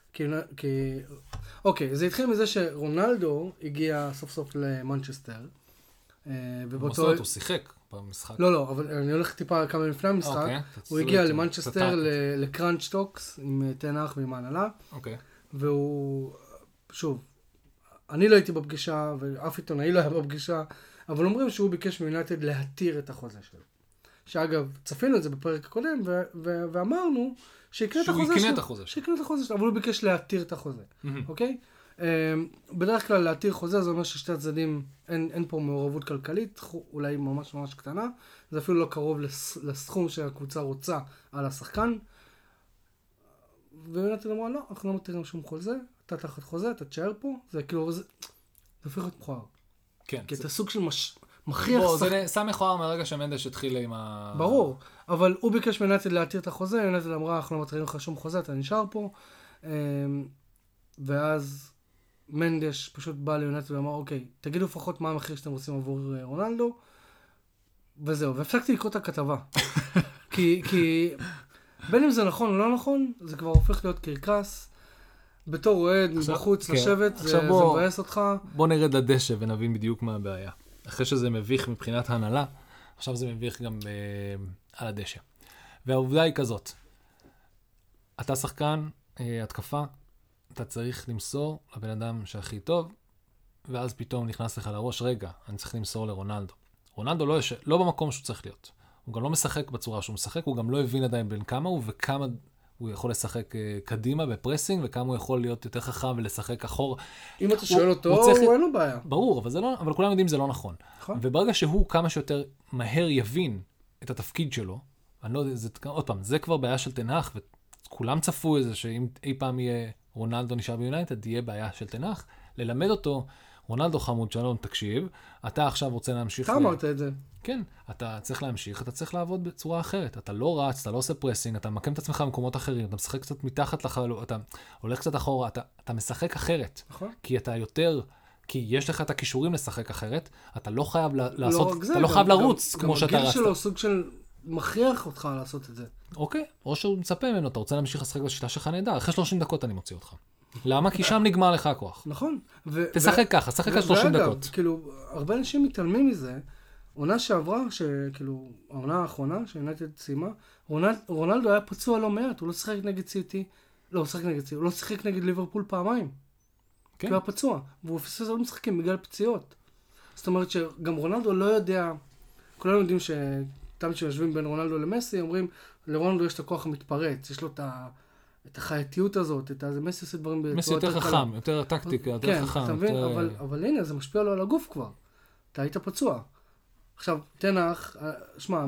אוקיי, זה התחיל מזה שרונלדו הגיע סוף סוף למנצ'סטר. ובאותו... הוא שיחק. במשחק. לא, אבל אני הולך טיפה כמה לפני המשחק. הוא הגיע למנצ'סטר לקראנץ' טוקס עם תנח ועם ההנהלה. והוא, שוב, אני לא הייתי בפגישה, ואף עיתונאי לא היה בפגישה, אבל אומרים שהוא ביקש מיונייטד להתיר את החוזה שלו. שאגב, צפינו את זה בפרק הקודם, ואמרנו שיקנה את החוזה שלו. אבל הוא ביקש להתיר את החוזה. אוקיי? בדרך כלל להתיר חוזה, זה אומר ששתי הצדדים, אין פה מעורבות כלכלית, אולי ממש ממש קטנה, זה אפילו לא קרוב לסכום שהקבוצה רוצה על השחקן, ויונייטד אמרה, לא, אנחנו לא מתירים שום חוזה, אתה תחת חוזה, אתה תשאר פה, זה כאילו, זה הופך להיות מכוער. כן. כי אתה סוג של מכריח שחקן. זה שם מכוער מהרגע שמנדש התחיל עם ברור, אבל הוא ביקש מיונייטד להתיר את החוזה, יונייטד אמרה, אנחנו לא מתירים לך שום חוזה, אתה נשאר פה, ואז מנדש פשוט בא ליונייטד ואמר, אוקיי, תגידו לפחות מה המחיר שאתם רוצים עבור רונלדו, וזהו, והפסקתי לקרוא את הכתבה. כי בין אם זה נכון או לא נכון, זה כבר הופך להיות קרקס, בתור אוהד מבחוץ לשבת, זה מבאס אותך. בוא נרד לדשא ונבין בדיוק מה הבעיה. אחרי שזה מביך מבחינת ההנהלה, עכשיו זה מביך גם על הדשא. והעובדה היא כזאת, אתה שחקן, התקפה, אתה צריך למסור לבן אדם שהכי טוב, ואז פתאום נכנס לך לראש, רגע, אני צריך למסור לרונלדו. רונלדו לא במקום שהוא צריך להיות. הוא גם לא משחק בצורה שהוא משחק, הוא גם לא הבין עדיין בין כמה הוא וכמה הוא יכול לשחק קדימה בפרסינג, וכמה הוא יכול להיות יותר חכם ולשחק אחור. אם אתה שואל אותו, הוא אין לו בעיה. ברור, אבל כולם יודעים זה לא נכון. וברגע שהוא כמה שיותר מהר יבין את התפקיד שלו, אני לא יודע, עוד פעם, זה כבר בעיה של תנח, וכולם צפו איזה שאם אי פעם יהיה רונלדו נשאר ביונייטד, יהיה בעיה של תנח, ללמד אותו, רונלדו חמוד, שלום, תקשיב, אתה עכשיו רוצה להמשיך... אתה אמרת את זה. כן, אתה צריך להמשיך, אתה צריך לעבוד בצורה אחרת. אתה לא רץ, אתה לא עושה פרסינג, אתה מקם את עצמך במקומות אחרים, אתה משחק קצת מתחת לחלו, אתה הולך קצת אחורה, אתה משחק אחרת. נכון. כי יש לך את הכישורים לשחק אחרת, אתה לא חייב לעשות, אתה לא חייב לרוץ כמו שאתה רצת. גם הגיל שלו סוג של מכריח אותך לעשות את זה. אוקיי, או שהוא מצפה ממנו, אתה רוצה להמשיך לשחק בשיטה שלך נהדר, אחרי 30 דקות אני מוציא אותך. למה? כי שם נגמר לך הכוח. נכון. תשחק ככה, שחק על 30 דקות. כאילו, הרבה אנשים מתעלמים מזה. עונה שעברה, שכאילו, העונה האחרונה, שיונייטד סיימה, רונלדו היה פצוע לא מעט, הוא לא שיחק נגד סיטי, הוא לא שיחק נגד ליברפול פעמיים. כי הוא היה פצוע, והוא הפסס עוד משחקים בגלל פציעות. זאת אומרת שגם רונלדו לא יודע, כולנו יודעים שתמיד שיושבים בין רונלדו למסי, אומרים, לרונלדו יש את הכוח המתפרץ, יש לו את החייתיות הזאת, מסי עושה דברים... מסי יותר חכם, יותר טקטיקה, יותר חכם. כן, אתה מבין, אבל הנה, זה משפיע לו על הגוף כבר. אתה היית פצוע. עכשיו, תנח, שמע,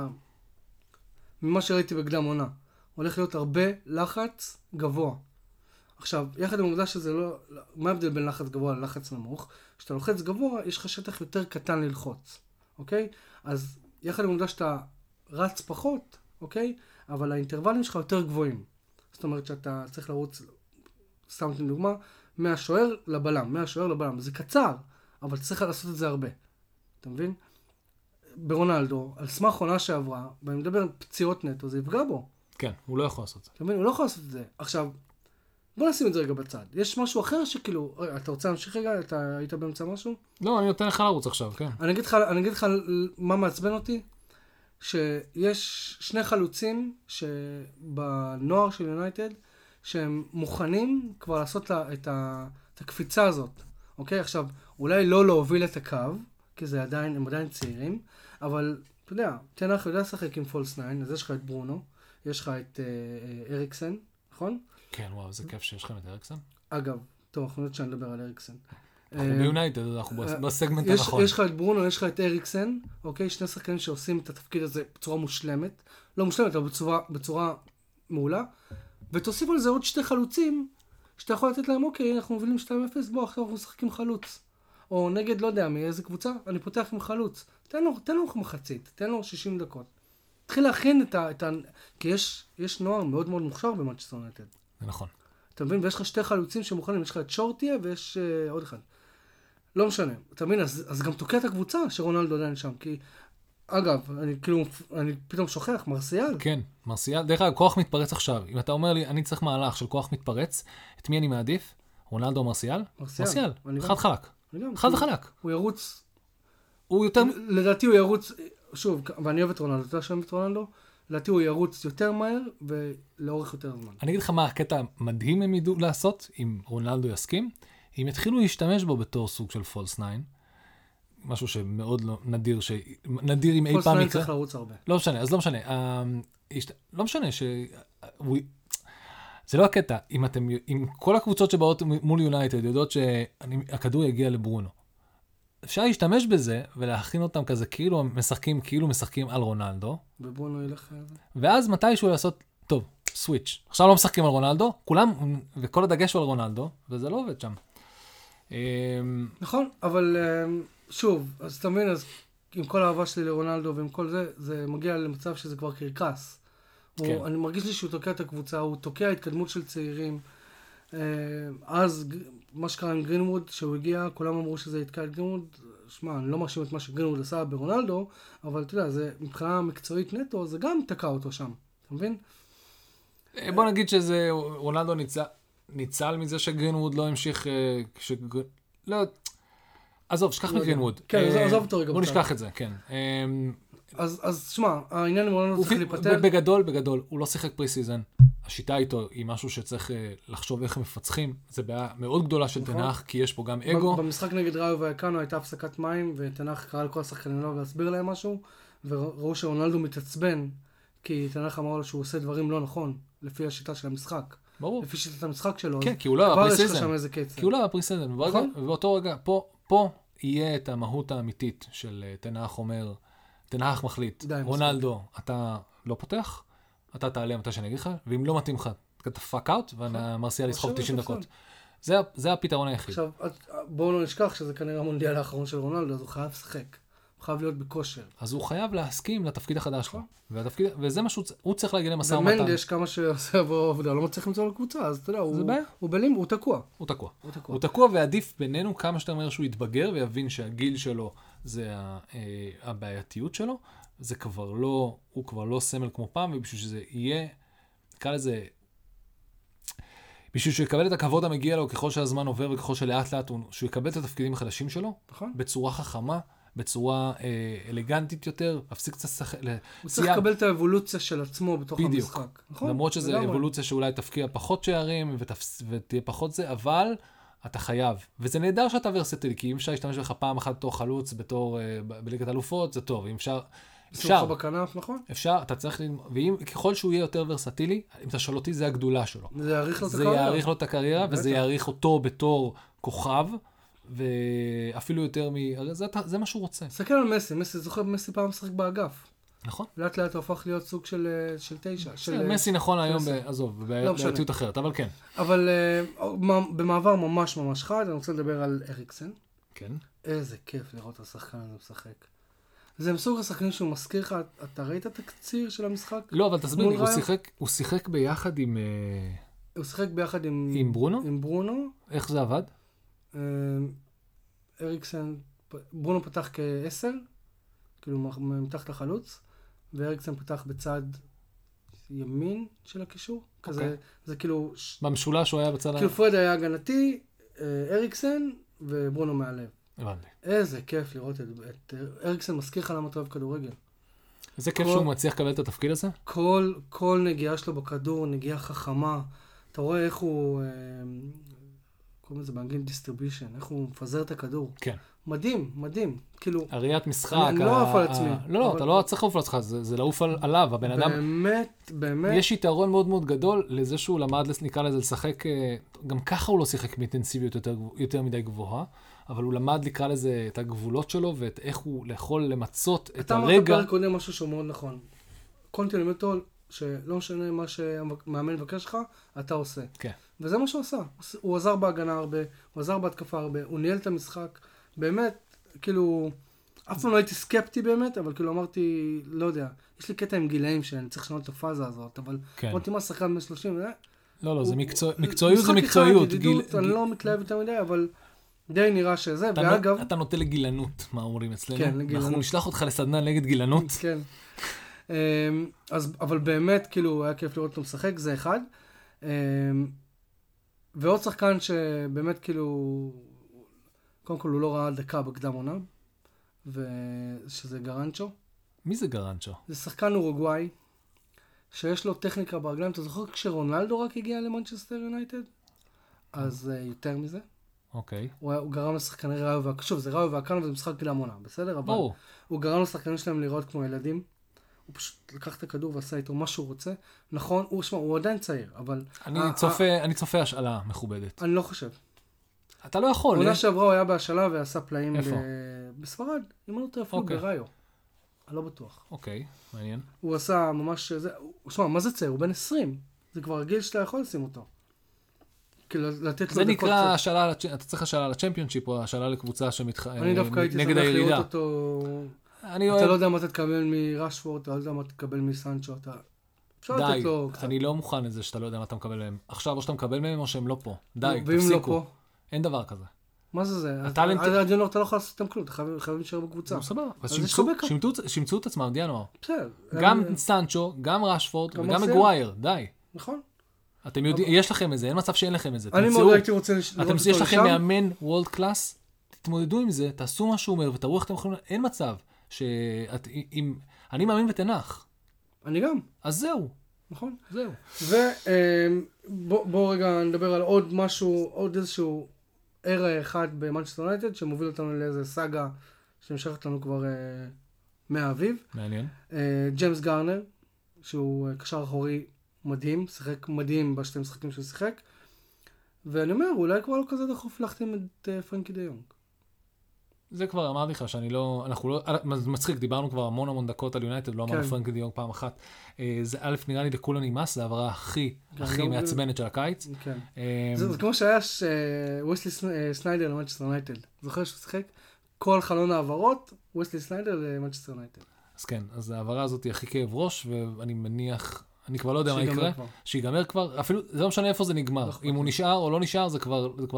ממה שראיתי בקדם עונה, הולך להיות הרבה לחץ גבוה. עכשיו, יחד עם העובדה שזה לא... מה ההבדל בין לחץ גבוה ללחץ נמוך? כשאתה לוחץ גבוה, יש לך שטח יותר קטן ללחוץ, אוקיי? אז יחד עם העובדה שאתה רץ פחות, אוקיי? אבל האינטרוולים שלך יותר גבוהים. זאת אומרת שאתה צריך לרוץ, שמתי דוגמה, מהשוער לבלם. זה קצר, אבל צריך לעשות את זה הרבה. אתה מבין? ברונלדו, על סמך עונה שעברה, ואני מדבר על פציעות נטו, זה יפגע בו. כן, הוא לא יכול לעשות את זה. אתה מבין? הוא לא יכול לעשות את זה. עכשיו, בוא נשים את זה רגע בצד. יש משהו אחר שכאילו, אתה רוצה להמשיך רגע? אתה היית באמצע משהו? לא, אני נותן לך לרוץ עכשיו, כן. אני אגיד לך מה מעצבן אותי, שיש שני חלוצים שבנוער של יונייטד, שהם מוכנים כבר לעשות את הקפיצה הזאת. אוקיי? עכשיו, אולי לא להוביל את הקו, כי הם עדיין צעירים, אבל אתה יודע, תנח יודע לשחק עם פולס 9, אז יש לך את ברונו, יש לך את אריקסן, נכון? כן, וואו, זה כיף שיש לכם את אריקסן. אגב, טוב, אנחנו יודעים שאני מדבר על אריקסן. אנחנו ביונייטד, אנחנו בסגמנט הנכון. יש לך את ברונו, יש לך את אריקסן, אוקיי? שני שחקנים שעושים את התפקיד הזה בצורה מושלמת, לא מושלמת, אבל בצורה מעולה, ותוסיף על זה עוד שתי חלוצים, שאתה יכול לתת להם, אוקיי, אנחנו מובילים 2-0, בוא, עכשיו אנחנו משחקים חלוץ. או נגד, לא יודע, מאיזה קבוצה, אני פותח עם חלוץ. תן לו מחצית, תן לו 60 דקות. תתחיל להכין כי יש נוער מאוד מאוד מוכשר במנצ'סטר יונייטד. זה נכון. אתה מבין? ויש לך שתי חלוצים שמוכנים, יש לך את שורטיה ויש עוד אחד. לא משנה. אתה מבין? אז גם תוקע את הקבוצה שרונלדו עדיין שם, כי... אגב, אני פתאום שוכח, מרסיאל. כן, מרסיאל. דרך אגב, כוח מתפרץ עכשיו. אם אתה אומר לי, אני צריך מהלך של כוח מתפרץ, את מי אני מעדיף? רונלדו או מרסיאל? מרסיאל. חד חלק. חד וחלק. הוא ירוץ... הוא יותר... לדעתי הוא ירוץ... שוב, ואני אוהב את רונלדו, אתה שם את רונלדו? לדעתי הוא ירוץ יותר מהר ולאורך יותר זמן. אני אגיד לך מה הקטע מדהים הם ידעו לעשות, אם רונלדו יסכים, אם יתחילו להשתמש בו בתור סוג של פולס 9, משהו שמאוד לא נדיר, נדיר אם אי פעם יקרה. פולס 9 צריך לרוץ הרבה. לא משנה, אז לא משנה. לא משנה זה לא הקטע. אם כל הקבוצות שבאות מול יונייטד יודעות שהכדור יגיע לברונו, אפשר להשתמש בזה ולהכין אותם כזה כאילו משחקים על רונלדו. וברונו ילך... ואז מתישהו לעשות, טוב, סוויץ'. עכשיו לא משחקים על רונלדו, כולם, וכל הדגש הוא על רונלדו, וזה לא עובד שם. נכון, אבל שוב, אז אתה מבין, אז עם כל האהבה שלי לרונלדו ועם כל זה, זה מגיע למצב שזה כבר קרקס. כן. אני מרגיש לי שהוא תוקע את הקבוצה, הוא תוקע התקדמות של צעירים. אז מה שקרה עם גרינווד, שהוא הגיע, כולם אמרו שזה יתקע את גרינווד. שמע, אני לא מרשים את מה שגרינווד עשה ברונלדו, אבל אתה יודע, זה מבחינה מקצועית נטו, זה גם תקע אותו שם. אתה מבין? בוא נגיד שזה, רונלדו ניצל מזה שגרינווד לא המשיך, לא, עזוב, שכח מגרינווד. כן, עזוב אותו רגע. בוא נשכח את זה, כן. אז שמע, העניין עם רונלדו צריך להיפטר. בגדול, הוא לא שיחק פרי סיזן. השיטה איתו היא משהו שצריך לחשוב איך הם מפצחים. זה בעיה מאוד גדולה של תנח, כי יש פה גם אגו. במשחק נגד ראיו ויקאנו הייתה הפסקת מים, ותנח קרא לכל השחקנים לא להסביר להם משהו, וראו שרונלדו מתעצבן, כי תנח אמר לו שהוא עושה דברים לא נכון, לפי השיטה של המשחק. ברור. לפי שיטת המשחק שלו. כן, כי הוא לא היה כבר יש לך פריסיזן. שם איזה קצב. כי הוא לא היה פריסיזן. נכון. ובאותו רגע, פה יהיה את המהות האמיתית של תנח אומר, תנח מחליט, רונלדו, אתה לא פותח, אתה תעלה מתי שאני אגיד לך, ואם לא מתאים לך, אתה פאק אאוט, ומרסיאל יסחוב 90 דקות. זה הפתרון היחיד. עכשיו, בואו לא נשכח שזה כנראה המונדיאל האחרון של רונלדו, אז הוא חייב לשחק. הוא חייב להיות בכושר. אז הוא חייב להסכים לתפקיד החדש שלו. וזה מה שהוא צריך להגיע למשא ומתן. ומנדש כמה שעושה בו עבודה, לא מצליח למצוא לקבוצה, אז אתה יודע, הוא תקוע. הוא תקוע, ועדיף בינינו כמה שאתה אומר שהוא יתבגר, ויבין שהגיל שלו זה הבעייתיות שלו. זה כבר לא, הוא כבר לא סמל כמו פעם, ובשביל שזה יהיה, נקרא לזה, בשביל שהוא יקבל את הכבוד המגיע לו ככל שהזמן עובר וככל שלאט לאט שהוא יקבל את התפקידים החדשים שלו, נכון. בצורה חכמה, בצורה אלגנטית יותר, להפסיק קצת הוא צריך לקבל את האבולוציה של עצמו בתוך המשחק. נכון? למרות שזו אבולוציה שאולי תפקיע פחות שערים ותהיה פחות זה, אבל אתה חייב. וזה נהדר שאתה ורסטילי, כי אם אפשר להשתמש בך פעם אחת בתור חלוץ, בליגת אלופות, זה טוב. אם אפשר... בכנף, נכון? אפשר, אתה צריך, ואם ככל שהוא יהיה יותר ורסטילי, אם אתה שואל אותי, זה הגדולה שלו. זה יאריך לו את הקריירה, וזה יאריך אותו בתור כוכב, ואפילו יותר זה מה שהוא רוצה. תסתכל על מסי זוכר מסי פעם משחק באגף. נכון. לאט לאט הוא הפך להיות סוג של 9. מסי נכון היום, עזוב, בעייתיות אחרת, אבל כן. אבל במעבר ממש ממש חד, אני רוצה לדבר על אריקסן. כן. איזה כיף לראות את השחקן הזה משחק. זה מסוג השחקנים שהוא מזכיר לך, אתה ראית את הקציר של המשחק? לא, אבל תסביר לי, הוא שיחק ביחד עם... הוא שיחק ביחד עם ברונו? עם ברונו. איך זה עבד? אריקסן, ברונו פתח כ10, כאילו מתחת לחלוץ, ואריקסן פתח בצד ימין של הקישור. כזה, זה כאילו... במשולש הוא היה בצד... כאילו פרד היה הגנתי, אריקסן וברונו מעליו. הבנתי. איזה כיף לראות את אריקסן מזכיר לך למה אתה אוהב כדורגל. איזה כיף שהוא מצליח לקבל את התפקיד הזה? כל נגיעה שלו בכדור, נגיעה חכמה. אתה רואה איך הוא, קוראים לזה באנגלית דיסטריביושן, איך הוא מפזר את הכדור. כן. מדהים, מדהים. כאילו... הראיית משחק. אני לא עוף על עצמי. לא, אתה לא צריך לעוף על עצמך, זה לעוף עליו. הבן אדם... באמת. יש יתרון מאוד מאוד גדול לזה שהוא למד, נקרא לזה, לשחק, גם ככה הוא לא שיחק באינטנסיביות יותר מדי גבוהה. אבל הוא למד לקרוא לזה את הגבולות שלו, ואת איך הוא יכול למצות את הרגע. אתה אמרת קודם משהו שהוא מאוד נכון. קונטינמנטו, שלא משנה מה שהמאמן מבקש לך, אתה עושה. כן. וזה מה שהוא עשה. הוא עזר בהגנה הרבה, הוא עזר בהתקפה הרבה, הוא ניהל את המשחק. באמת, כאילו, אף פעם לא הייתי סקפטי באמת, אבל כאילו אמרתי, לא יודע, יש לי קטע עם גילאים שאני צריך לשנות את הפאזה הזאת, אבל אמרתי מה, שחקן בן 30, לא, זה מקצועיות זה מקצועיות. אני לא מתלהב יותר מדי, אבל... די נראה שזה, ואגב... אתה נוטה לגילנות, מה אומרים אצלנו? כן, לגילנות. אנחנו נשלח אותך לסדנה נגד גילנות. כן. אבל באמת, כאילו, היה כיף לראות אותו משחק, זה אחד. ועוד שחקן שבאמת, כאילו, קודם כל הוא לא ראה דקה בקדם עונה, ושזה גרנצ'ו. מי זה גרנצ'ו? זה שחקן אורוגוואי, שיש לו טכניקה ברגליים. אתה זוכר כשרונלדו רק הגיע למנצ'סטר יונייטד? אז יותר מזה. אוקיי. הוא גרם לשחקני ראיו והקן, שוב, זה ראיו והקן וזה משחק קדם עונה, בסדר? אבל הוא גרם לשחקנים שלהם לראות כמו ילדים. הוא פשוט לקח את הכדור ועשה איתו מה שהוא רוצה. נכון, הוא עדיין צעיר, אבל... אני צופה השאלה מכובדת. אני לא חושב. אתה לא יכול. עונה שעברה הוא היה בהשאלה ועשה פלאים בספרד. אם אני לא טועה, בראיו. אני לא בטוח. אוקיי, מעניין. הוא עשה ממש... שמע, מה זה צעיר? הוא בן 20. זה כבר רגיל שאתה יכול לשים אותו. זה נקרא השאלה, אתה צריך השאלה לצ'מפיונשיפ, או השאלה לקבוצה אני דווקא הייתי שמח לראות אותו, אתה לא יודע מה אתה תקבל מרשפורד, אתה לא יודע מה אתה תקבל מסנצ'ו, די, אני לא מוכן לזה שאתה לא יודע מה אתה מקבל מהם. עכשיו או שאתה מקבל מהם או שהם לא פה. די, תפסיקו. אין דבר כזה. מה זה? עד ינואר אתה לא יכול לעשות איתם כלום, אתה חייב להישאר בקבוצה. סבבה, אז שימצאו את עצמם עד ינואר. בסדר. גם סנצ'ו, גם רשפורד וגם מגווייר, די. נכון. אתם יודעים, יש לכם איזה, אין מצב שאין לכם איזה. אני מאוד הייתי רוצה לראות אותו לשם. יש לכם מאמן וולד קלאס, תתמודדו עם זה, תעשו מה שהוא אומר, ותראו איך אתם יכולים, אין מצב אני מאמין בתנ"ך. אני גם. אז זהו. נכון. זהו. ובואו רגע נדבר על עוד משהו, עוד איזשהו ערה אחד במנצ'סטר יונייטד, שמוביל אותנו לאיזה סאגה שנמשכת לנו כבר מהאביב. מעניין. ג'יימס גארנר, שהוא קשר אחורי מדהים, שיחק מדהים בשתי משחקים שהוא שיחק, ואני אומר, אולי כבר לא כזה דחוף להחתים את פרנקי דה יונג. זה כבר אמרתי לך שאני לא, אנחנו לא, מצחיק, דיברנו כבר המון דקות על יונייטד, לא אמרנו פרנקי דה יונג פעם אחת. זה א', נראה לי לכולה נמאס, זה העברה הכי מעצבנת של הקיץ. כן. זה כמו שהיה וויסלי סניידר למנצ'סטר יונייטד. זוכר שהוא שיחק? כל חלון העברות, וויסלי סניידר למנצ'סטר יונייטד. אז כן, אז העברה הזאת היא הכי כאב ראש, ואני מניח, אני כבר לא יודע מה יקרה. שיגמר כבר, אפילו, זה לא משנה איפה זה נגמר. אם הוא נשאר או לא נשאר, זה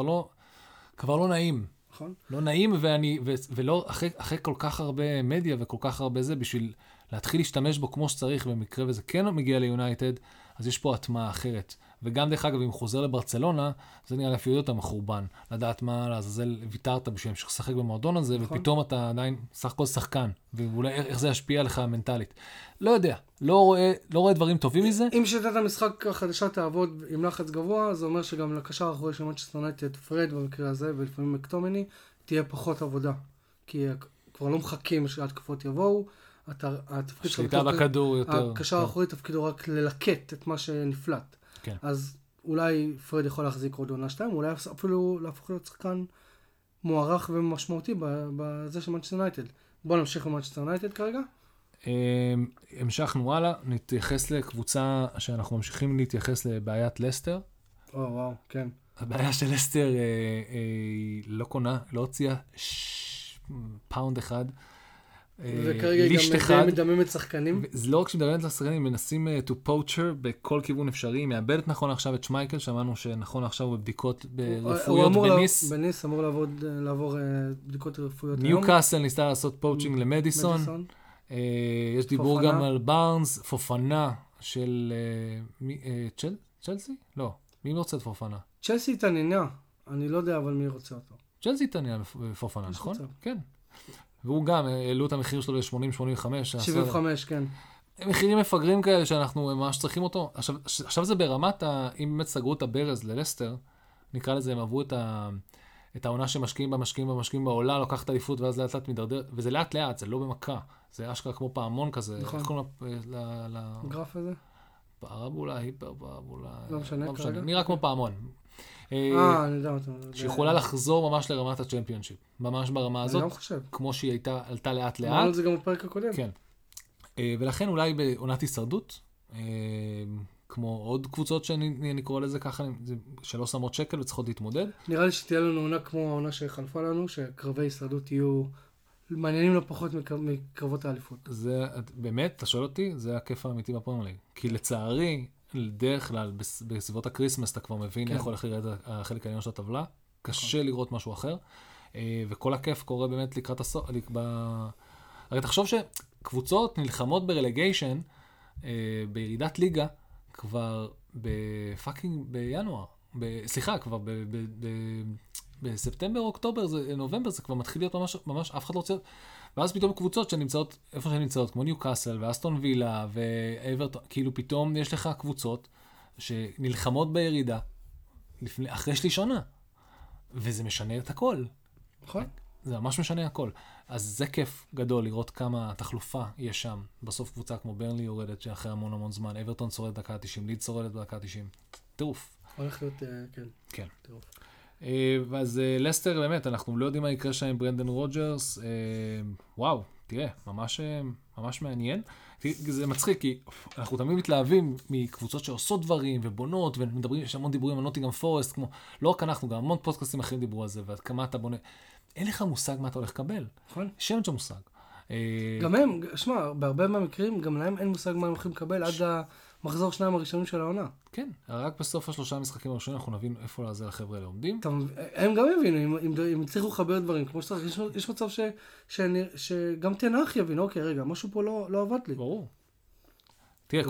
כבר לא נעים. נכון. לא נעים, ולא, אחרי כל כך הרבה מדיה וכל כך הרבה זה, בשביל להתחיל להשתמש בו כמו שצריך, במקרה וזה כן מגיע ליונייטד, אז יש פה הטמעה אחרת. וגם דרך אגב, אם חוזר לברצלונה, זה נראה לפי יותר מחורבן. לדעת מה לעזאזל ויתרת בשביל להמשיך לשחק במועדון הזה, נכון. ופתאום אתה עדיין סך הכל שחקן, ואולי איך זה ישפיע לך מנטלית. לא יודע, לא רואה דברים טובים מזה. אם שיטת המשחק החדשה תעבוד עם לחץ גבוה, זה אומר שגם לקשר האחורי של מנצ'סטר יונייטד, פרד במקרה הזה, ולפעמים מקטומני, תהיה פחות עבודה. כי כבר לא מחכים שההתקפות יבואו, שליטה בכדור יותר. הקשר האחורי תפקידו רק ללקט את מה שנפלט. כן. אז אולי פרד יכול להחזיק עוד עונה 2, אולי אפילו להפוך להיות שחקן מוערך ומשמעותי בזה של מנצ'סטר יונייטד. בואו נמשיך למנצ'סטר יונייטד כרגע. המשכנו הלאה, נתייחס לקבוצה שאנחנו ממשיכים להתייחס לבעיית לסטר. וואו, כן. הבעיה של לסטר לא קונה, לא הוציאה פאונד אחד. וכרגע היא גם מדממת שחקנים. זה לא רק שמדממת לשחקנים, מנסים to poach her בכל כיוון אפשרי. מאבדת נכון עכשיו את שמייקל, שמענו שנכון עכשיו הוא בבדיקות רפואיות בניס. בניס אמור לעבור בדיקות רפואיות היום. ניוקאסל ניסתה לעשות פואוצ'ינג למדיסון. יש דיבור גם על בארנס, פופנה של צ'לסי? לא. מי רוצה את פופנה? צ'לסי התעניינה. אני לא יודע אבל מי רוצה אותו. צ'לסי התעניינה בפופנה, נכון? כן. והוא גם, העלו את המחיר שלו ל-80-85. 75, כן. מחירים מפגרים כאלה שאנחנו ממש צריכים אותו. עכשיו זה ברמת, אם באמת סגרו את הברז ללסטר, נקרא לזה, הם עברו את העונה שמשקיעים בעולה, לוקחת אליפות ואז לאט לאט מדרדר, וזה לאט לאט, זה לא במכה. זה אשכרה כמו פעמון כזה. נכון. הגרף הזה? פרבולה, היפרבולה. לא משנה כרגע. נראה כמו פעמון. אני יודע אותו. שיכולה לחזור ממש לרמת הצ'מפיונשיפ. ממש ברמה הזאת. אני לא חושב. כמו שהיא עלתה לאט לאט. אמרנו את זה גם בפרק הקודם. כן. ולכן אולי בעונת הישרדות, כמו עוד קבוצות שאני קורא לזה ככה, שלא שמות שקל וצריכות להתמודד. נראה לי שתהיה לנו עונה כמו העונה שחלפה לנו, שקרבי הישרדות יהיו מעניינים לא פחות מקרבות האליפות. זה, באמת, אתה שואל אותי, זה הכיף האמיתי בפרמייר ליג. כי לצערי, בדרך כלל, בסביבות הקריסמס, אתה כבר מבין איך הולך לראות החלק העליון של הטבלה. קשה לראות משהו אחר. וכל הכיף קורה באמת לקראת הסוף. הרי תחשוב שקבוצות נלחמות ברלגיישן, בירידת ליגה, כבר בפאקינג בינואר. סליחה, כבר בספטמבר או אוקטובר, נובמבר, זה כבר מתחיל להיות ממש, אף אחד לא רוצה. ואז פתאום קבוצות שנמצאות, איפה שהן נמצאות, כמו ניוקאסל ואסטון וילה ואברטון, כאילו פתאום יש לך קבוצות שנלחמות בירידה אחרי שליש עונה. וזה משנה את הכל. נכון. זה ממש משנה הכל. אז זה כיף גדול לראות כמה תחלופה יש שם. בסוף קבוצה כמו ברנלי יורדת שאחרי המון זמן, אברטון שורד דקה 90, ליד שורדת דקה 90. טירוף. הולך להיות, כן. כן. טירוף. ואז לסטר באמת, אנחנו לא יודעים מה יקרה שם עם ברנדן רוג'רס. וואו, תראה, ממש מעניין. זה מצחיק, כי אנחנו תמיד מתלהבים מקבוצות שעושות דברים ובונות, ומדברים, יש המון דיבורים על נוטינגהאם פורסט, כמו, לא רק אנחנו, גם המון פודקאסטים אחרים דיברו על זה, ועד כמה אתה בונה. אין לך מושג מה אתה הולך לקבל. נכון. שאין שם מושג. גם הם, שמע, בהרבה מהמקרים, גם להם אין מושג מה הם הולכים לקבל עד המחזור 2 הראשונים של העונה. כן, רק בסוף 3 המשחקים הראשונים אנחנו נבין איפה לעזר לחבר'ה האלה עומדים. הם גם יבינו, אם הצליחו לחבר דברים, כמו שצריך, יש מצב שגם תנח יבין, אוקיי, רגע, משהו פה לא עבד לי. ברור. תראה,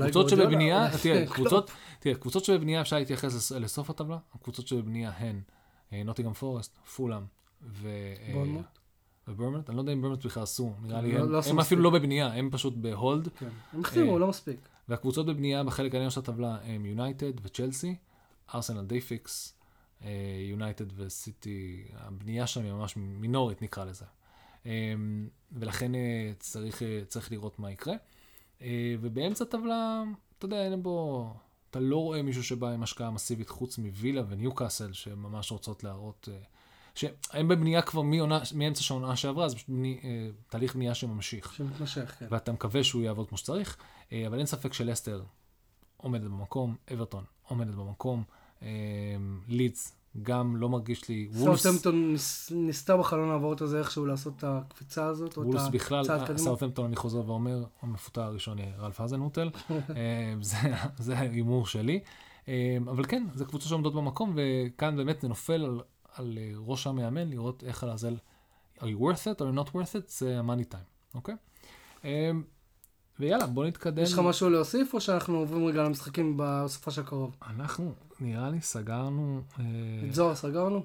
קבוצות שבבנייה אפשר להתייחס לסוף הטבלה, הקבוצות שבבנייה הן נוטינגהאם פורסט, פולהאם וברמונט. אני לא יודע אם ברמונט בכלל עשו, נראה לי הם אפילו לא בבנייה, הם פשוט בהולד. הם החתימו, לא מספיק. והקבוצות בבנייה בחלק העליון של הטבלה הם יונייטד וצ'לסי, ארסנל די פיקס, יונייטד וסיטי, הבנייה שם היא ממש מינורית נקרא לזה. ולכן צריך לראות מה יקרה. ובאמצע הטבלה, אתה יודע, אין בו, אתה לא רואה מישהו שבא עם השקעה מסיבית חוץ מווילה וניוקאסל, שממש רוצות להראות, שהם בבנייה כבר מאמצע שעונה שעברה, אז תהליך בנייה שממשיך. שמתמשך, כן. ואתה מקווה שהוא יעבוד כמו שצריך, אבל אין ספק שלסטר עומדת במקום, אברטון עומדת במקום, לידס גם לא מרגיש לי, סאות'המפטון ניסתה בחלון העברות הזה איכשהו לעשות את הקפיצה הזאת, או את וולס בכלל, הצעד קדימה. סאות'המפטון אני חוזר ואומר, המפוטר הראשון יהיה רלף האזנהוטל, זה ההימור שלי, אבל כן, זה קבוצה שעומדות במקום, וכאן באמת זה נופל על ראש המאמן, לראות איך לעזל, are you worth it or not worth it, זה money time, אוקיי? ויאללה, בוא נתקדם. יש לך משהו להוסיף, או שאנחנו עוברים רגע למשחקים בסופה של הקרוב? אנחנו, נראה לי, סגרנו... את זוהר סגרנו?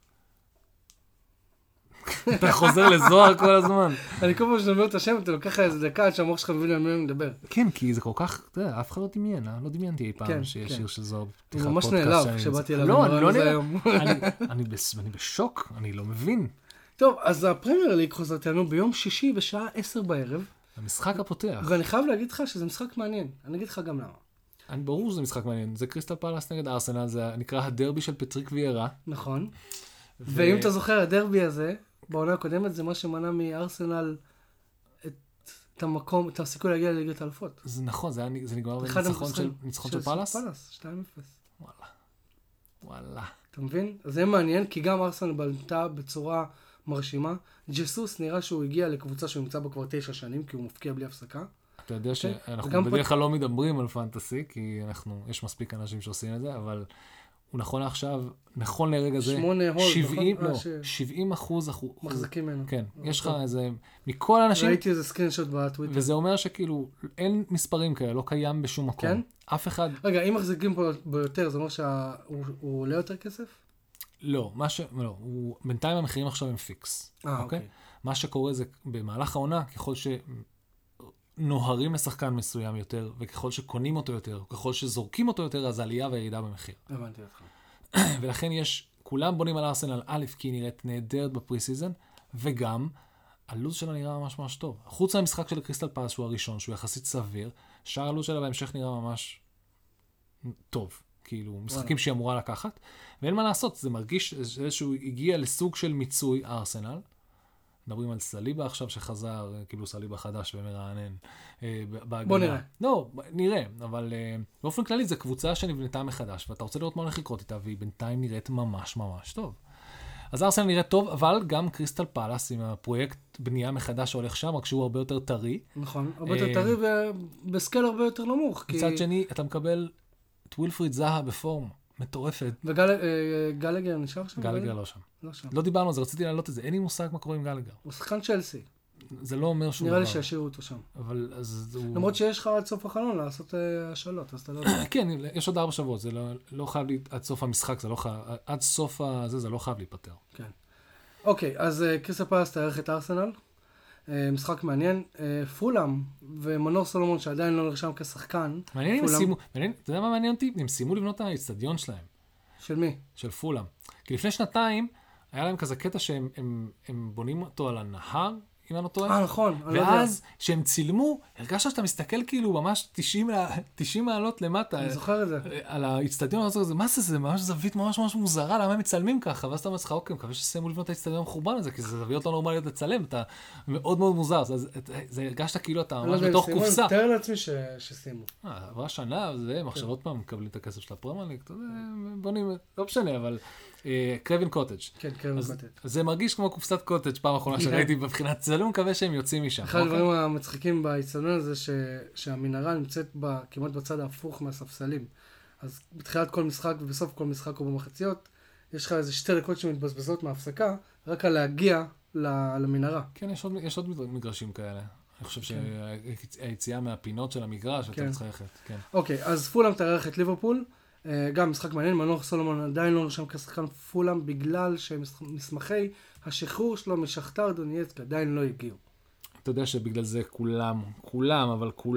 אתה חוזר לזוהר כל הזמן. אני כל פעם שנדבר את השם, אתה לוקח לך איזה דקה עד שהמוח שלך מבין על מי מדבר. כן, כי זה כל כך, אתה יודע, אף אחד לא דמיין, לא דמיינתי אי פעם כן, שיש כן. שיר של זוהר. הוא ממש נעלב כשבאתי אליו. לא, אני לא נעלב. אני בשוק, אני לא מבין. טוב, אז הפרמייר ליג חוזרת לנו ביום שישי בשעה 10 בערב. המשחק הפותח. ואני חייב להגיד לך שזה משחק מעניין. אני אגיד לך גם למה. ברור שזה משחק מעניין. זה קריסטל פלאס נגד ארסנל, זה נקרא הדרבי של פטריק ויארה. נכון. ואם אתה זוכר, הדרבי הזה, בעונה הקודמת, זה מה שמנע מארסנל את המקום, את הסיכוי להגיע לליגת האלופות. זה נכון, זה נגמר בניצחון של פלאס? פלאס, 2-0. וואלה. אתה מבין? זה מעניין, כי גם ארסנל בלטה בצורה מרשימה. ג'סוס נראה שהוא הגיע לקבוצה שהוא נמצא בה כבר 9 שנים, כי הוא מפקיע בלי הפסקה. אתה יודע שאנחנו בדרך כלל לא מדברים על פנטסי, כי יש מספיק אנשים שעושים את זה, אבל הוא נכון עכשיו, נכון לרגע זה, 70% מחזיקים ממנו. כן, יש לך איזה, מכל האנשים, ראיתי איזה סקרינשוט בטוויטר. וזה אומר שכאילו, אין מספרים כאלה, לא קיים בשום מקום. כן? אף אחד... רגע, אם מחזיקים פה ביותר, זה אומר שהוא עולה יותר כסף? לא, בינתיים המחירים עכשיו הם פיקס. אוקיי. מה שקורה זה, במהלך העונה, ככל שנוהרים לשחקן מסוים יותר, וככל שקונים אותו יותר, ככל שזורקים אותו יותר, אז העלייה והירידה במחיר. הבנתי אותך. ולכן כולם בונים על ארסנל א', כי היא נראית נהדרת בפרי-סיזן, וגם, הלוז שלה נראה ממש ממש טוב. חוץ מהמשחק של קריסטל פלאס, שהוא הראשון, שהוא יחסית סביר, שאר הלוז שלה בהמשך נראה ממש טוב. כאילו, משחקים שהיא אמורה לקחת, ואין מה לעשות, זה מרגיש שהוא הגיע לסוג של מיצוי ארסנל. מדברים על סליבה עכשיו שחזר, כאילו סליבה חדש ומרענן. בוא נראה. לא, נראה, אבל באופן כללי זה קבוצה שנבנתה מחדש, ואתה רוצה לראות מה הולך לקרות איתה, והיא בינתיים נראית ממש ממש טוב. אז ארסנל נראית טוב, אבל גם קריסטל פלאס עם הפרויקט בנייה מחדש שהולך שם, רק שהוא הרבה יותר טרי. נכון, הרבה יותר טרי ובסקל הרבה יותר נמוך. מצד שני, אתה מקבל את ווילפריד זאהה בפורם מטורפת. וגלגר נשאר שם? גלגר לא שם. לא דיברנו על זה, רציתי להעלות את זה. אין לי מושג מה קורה עם גלגר. הוא שחקן צ'לסי. זה לא אומר שהוא... נראה לי שישאירו אותו שם. אבל אז הוא... למרות שיש לך עד סוף החלון לעשות השאלות, אז אתה לא יודע. כן, יש עוד 4 שבועות, זה לא חייב לי, עד סוף המשחק, עד סוף הזה, זה לא חייב להיפטר. כן. אוקיי, אז קריסטל פלאס תארח את ארסנל. משחק מעניין. פולאם ומנור סולומון שעדיין לא נרשם כשחקן. מעניין אם סיימו, אתה יודע מה מעניין אותי? הם סיימו לבנות את האצטדיון שלהם. של מי? של פולאם. כי לפני 2 היה להם כזה קטע שהם בונים אותו על הנהר, אם אני לא טועה. נכון. ואז כשהם צילמו, הרגשת שאתה מסתכל כאילו ממש 90 מעלות למטה. אני זוכר את זה. על האצטדיון הזה, מה זה? זה ממש זווית ממש ממש מוזרה, למה הם מצלמים ככה? ואז אתה אומר לך, אוקיי, מקווה שסיימו לבנות את האצטדיון המחורבן הזה, כי זה זוויות לא נורמליות לצלם, אתה מאוד מאוד מוזר. זה הרגשת כאילו אתה ממש בתוך קופסה. אני מתאר לעצמי שסיימו. עברה שנה, עכשיו עוד פעם מקבלים את הכסף של הפרמייר ליג, אתה יודע, בונים, לא משנה, אבל קרווין קוטג'. כן, קרווין קוטג'. זה מרגיש כמו קופסת קוטג' פעם אחרונה שראיתי בבחינת צלום, מקווה שהם יוצאים משם. אחד הדברים המצחיקים באצטדיון הזה שהמנהרה נמצאת כמעט בצד ההפוך מהספסלים. אז בתחילת כל משחק ובסוף כל משחק או במחציות, יש לך איזה 2 דקות שמתבזבזות מההפסקה, רק על להגיע למנהרה. כן, יש עוד מגרשים כאלה. אני חושב שהיציאה מהפינות של המגרש, אתה צריך ללכת. אוקיי, אז פולאם תארח את ליברפול. גם משחק מעניין, מנור סולומון עדיין לא נרשם כשחקן פולאם, בגלל שמסמכי השחרור שלו משכתר דונייצק עדיין לא הגיעו. אתה יודע שבגלל זה כולם,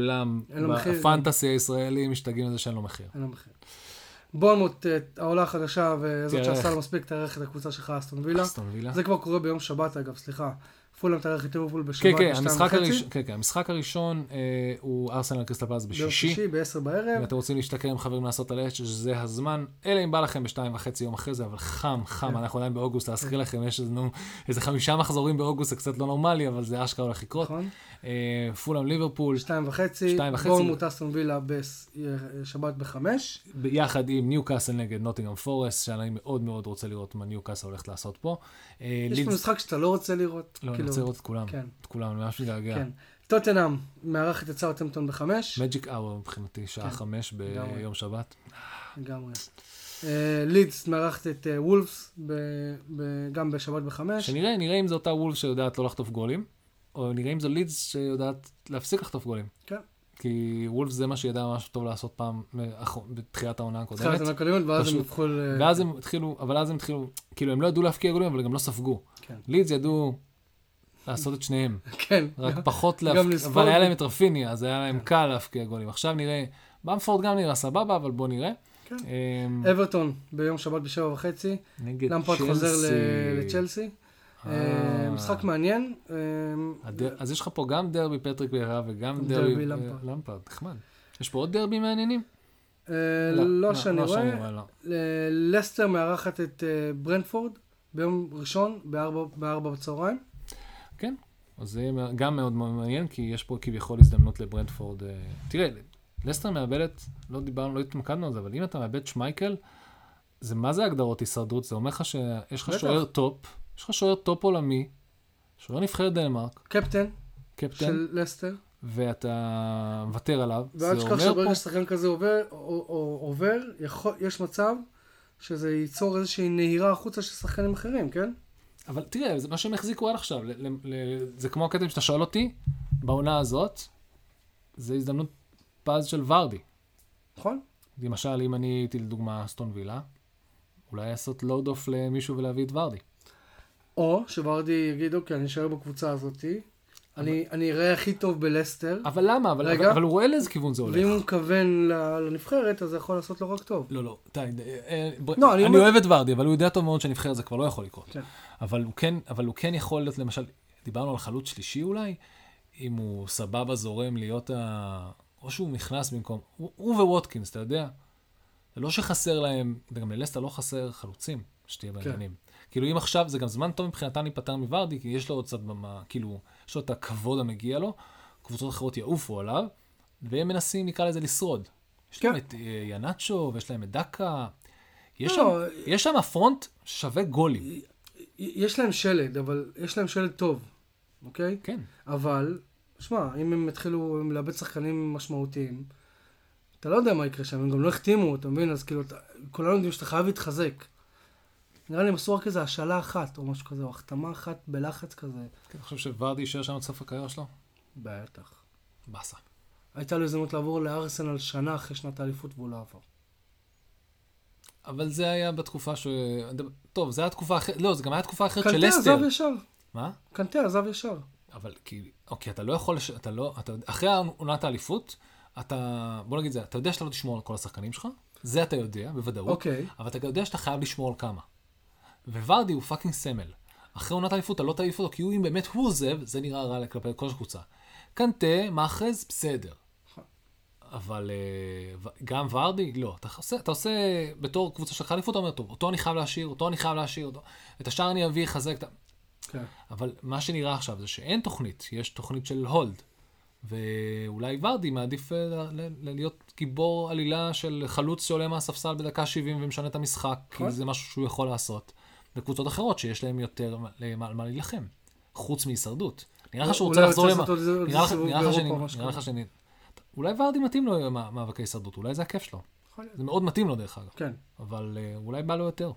הפנטסי הישראלי משתגעים על זה שאין לו מחיר. אין לו מחיר. בורנמוט, העולה החדשה, וזאת שעשה לו מספיק תארח את הקבוצה שלך, אסטון וילה. זה כבר קורה ביום שבת, אגב, סליחה. פולאם תארח את ליברפול בשבת כן, ב-2:30. המשחק הראשון הוא ארסנל קריסטל פלאס בשישי. ב-10 בערב. אם אתם רוצים להשתכר עם חברים לעשות על האש, שזה הזמן, אלא אם בא לכם ב-2:30 יום אחרי זה, אבל חם, אנחנו עדיין באוגוסט, להזכיר לכם, יש לנו איזה 5 מחזורים באוגוסט, זה קצת לא נורמלי, אבל זה אשכרה הולך לקרות. פולאם ליברפול. 2:30. בורנמוט אסטון וילה בשבת ב-5. ביחד עם ניוקאסל נגד נוטינגהאם פורסט, שאני מאוד מאוד רוצה לראות מה ניוקאסל הולכת לעשות פה. יש פה משחק שאתה לא רוצה לראות. לא, אני רוצה לראות את כולם. את כולם, אני ממש מתגעגע. כן. טוטנהאם מארחת את סאות'המפטון ב-5. מג'יק אאוור מבחינתי, שעה 5 ביום שבת. לגמרי. לידס מארחת את וולפס גם בשבת ב-5. שנראה אם זו אותה וולפס שיודעת לא לחטוף גולים, או נראה אם זו לידס שיודעת להפסיק לחטוף גולים. כן. כי וולפס זה מה שידע ממש טוב לעשות פעם בתחילת העונה הקודמת. בתחילת העונה הקודמת, ואז הם הפכו ואז הם התחילו, כאילו הם לא ידעו להפקיע גולים, אבל גם לא ספגו. לידס ידעו לעשות את שניהם. כן. רק פחות להפקיע, אבל היה להם את רפיניה, אז היה להם קל להפקיע גולים. עכשיו נראה, במפורד גם נראה סבבה, אבל בוא נראה. אברטון ביום שבת ב-7:30. למפרד חוזר לצ'לסי. משחק מעניין. אז יש לך פה גם דרבי פטריק וירה וגם דרבי למפרד. נחמד. יש פה עוד דרבי מעניינים? לא שאני רואה. לסטר מארחת את ברנטפורד ביום ראשון ב-4 בצהריים. כן, אז זה גם מאוד מעניין, כי יש פה כביכול הזדמנות לברנטפורד. תראה, לסטר מאבדת, לא התמקדנו על זה, אבל אם אתה מאבד שמייקל, מה זה הגדרות הישרדות? זה אומר לך שיש לך שוער טופ, יש לך שוער טופ עולמי, שוער נבחרת דנמרק. קפטן של לסטר. ואתה מוותר עליו. ועד שכך שברגע ששחקן כזה עובר, יש מצב שזה ייצור איזושהי נהירה החוצה של שחקנים אחרים, כן? אבל תראה, זה מה שהם החזיקו עד עכשיו. זה כמו הקטע שאתה שואל אותי, בעונה הזאת, זה הזדמנות פז של ורדי. נכון. למשל, אם אני הייתי לדוגמה אסטון וילה, אולי לעשות לואוד אוף למישהו ולהביא את ורדי. או שוורדי יגיד, אוקיי, אני אשאר בקבוצה הזאת, אני אראה הכי טוב בלסטר. אבל למה? אבל הוא רואה לאיזה כיוון זה הולך. ואם הוא מכוון לנבחרת, אז זה יכול לעשות לו רק טוב. לא, אני אוהב את ורדי, אבל הוא יודע טוב מאוד שנבחרת זה כבר לא יכול לקרות. אבל הוא כן יכול להיות, למשל, דיברנו על חלוץ שלישי אולי, אם הוא סבבה זורם להיות או שהוא נכנס במקום, הוא וווטקינס, אתה יודע? זה לא שחסר להם, וגם ללסטר לא חסר חלוצים, שתהיה בעניינים. כאילו אם עכשיו, זה גם זמן טוב מבחינתה להיפטר מוורדי, כי יש לו עוד קצת במה, כאילו, יש לו את הכבוד המגיע לו, קבוצות אחרות יעופו עליו, והם מנסים, נקרא לזה, לשרוד. יש להם את ינאצ'ו, ויש להם את דקה, יש שם הפרונט שווה גולים. יש להם שלד, אבל יש להם שלד טוב, אוקיי? כן. אבל, שמע, אם הם התחילו לאבד שחקנים משמעותיים, אתה לא יודע מה יקרה שם, הם גם לא החתימו, אתה מבין? אז כאילו, כולנו יודעים שאתה חייב להתחזק. נראה לי הם עשו רק איזה השאלה אחת, או משהו כזה, או החתמה אחת בלחץ כזה. כן, אתה חושב שוורדי יישאר שם עד סוף הקריירה שלו? בטח. בסה. הייתה לו הזדמנות לעבור לארסנל שנה אחרי שנת האליפות, והוא לא עבר. אבל זה היה בתקופה טוב, זה היה תקופה אחרת, לא, זה גם היה תקופה אחרת של לסטר. קנטה עזב ישר. מה? קנטה עזב ישר. אבל כי, אוקיי, אתה לא יכול, אחרי עונת האליפות, בוא נגיד זה, אתה יודע שאתה לא תשמור על כל השחקנים שלך, זה אתה יודע, בוודאות, אוקיי. אבל אתה יודע שאתה חייב לשמור על כמה. וורדי הוא פאקינג סמל. אחרי עונת האליפות, אתה לא תעיף אותו, כי אם באמת הוא עוזב, זה נראה רע כלפי כל הקבוצה. קנטה, מאחז, בסדר. אבל גם ורדי, לא. אתה עושה בתור קבוצה שלך אליפות, אתה אומר, טוב, אותו אני חייב להשאיר, את השאר אני אביא, חזק. כן. אבל מה שנראה עכשיו זה שאין תוכנית, יש תוכנית של הולד. ואולי ורדי מעדיף להיות גיבור עלילה של חלוץ שעולה מהספסל בדקה 70 ומשנה את המשחק, כי זה משהו שהוא יכול לעשות. בקבוצות אחרות שיש להם יותר מה להילחם, חוץ מהישרדות. נראה לך שהוא רוצה לחזור נראה לך שאני... אולי ורדי מתאים לו מאבקי הישרדות, אולי זה הכיף שלו. זה מאוד מתאים לו דרך אגב. כן. אבל אולי בא לו יותר.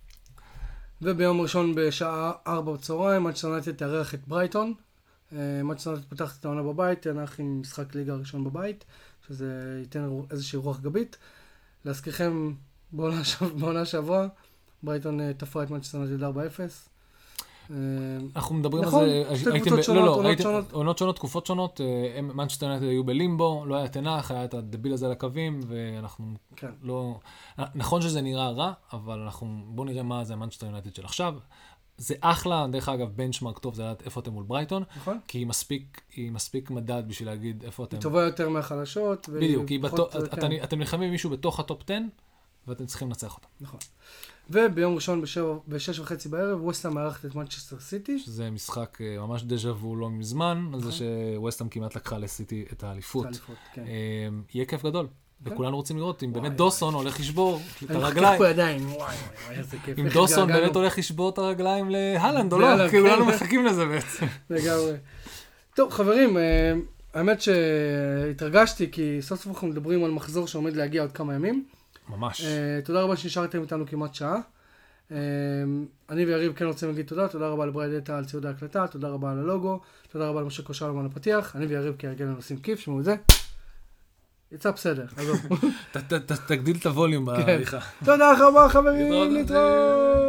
וביום ראשון בשעה 4 בצהריים, מנצ'סטר יונייטד תארח את ברייטון. מנצ'סטר יונייטד פותחת את העונה בבית, תארח עם משחק ליגה הראשון בבית, שזה ייתן איזושהי רוח גבית. להזכירכם, בעונה שעברה, ברייטון תפרה את מנצ'סטר יונייטד 4-0. אנחנו מדברים על נכון, זה, שתי קבוצות שונות, עונות שונות, תקופות שונות, מנצ'סטר יונייטד היו בלימבו, לא היה תנח, היה את הדביל הזה על הקווים, ואנחנו לא... נכון שזה נראה רע, אבל בוא נראה מה זה מנצ'סטר יונייטד של עכשיו. זה אחלה, דרך אגב, בנצ'מרק טוב, זה לדעת איפה אתם מול ברייטון, נכון? כי היא מספיק מדד בשביל להגיד איפה אתם... היא טובה יותר מהחלשות. בדיוק, אתם נלחמים מישהו בתוך הטופ 10, ואתם צריכים לנצח אותם. נכון. וביום ראשון ב-6:30 בערב, ווסטהאם מארחת את מנצ'סטר סיטי. שזה משחק ממש דז'ה וו לא מזמן, על זה שווסטהאם כמעט לקחה לסיטי את האליפות. יהיה כיף גדול. וכולנו רוצים לראות אם באמת דוסון הולך לשבור את הרגליים. אני מחכה פה ידיים, וואי, איזה כיף. אם דוסון באמת הולך לשבור את הרגליים להלנד או לא, כי כולנו מחכים לזה בעצם. לגמרי. טוב, חברים, האמת שהתרגשתי, כי סוף סוף אנחנו מדברים על מחזור שעומד להגיע עוד כמה ימים. ממש. תודה רבה שנשארתם איתנו כמעט שעה. אני ויריב כן רוצים להגיד תודה רבה לבריידטה על ציוד ההקלטה, תודה רבה על הלוגו, תודה רבה למשה קושלמן על הפתיח, אני ויריב כהרגל עושים כיף, שמעו את זה. יצא בסדר, עזוב. תגדיל את הווליום בעריכה. תודה רבה חברים, להתראות.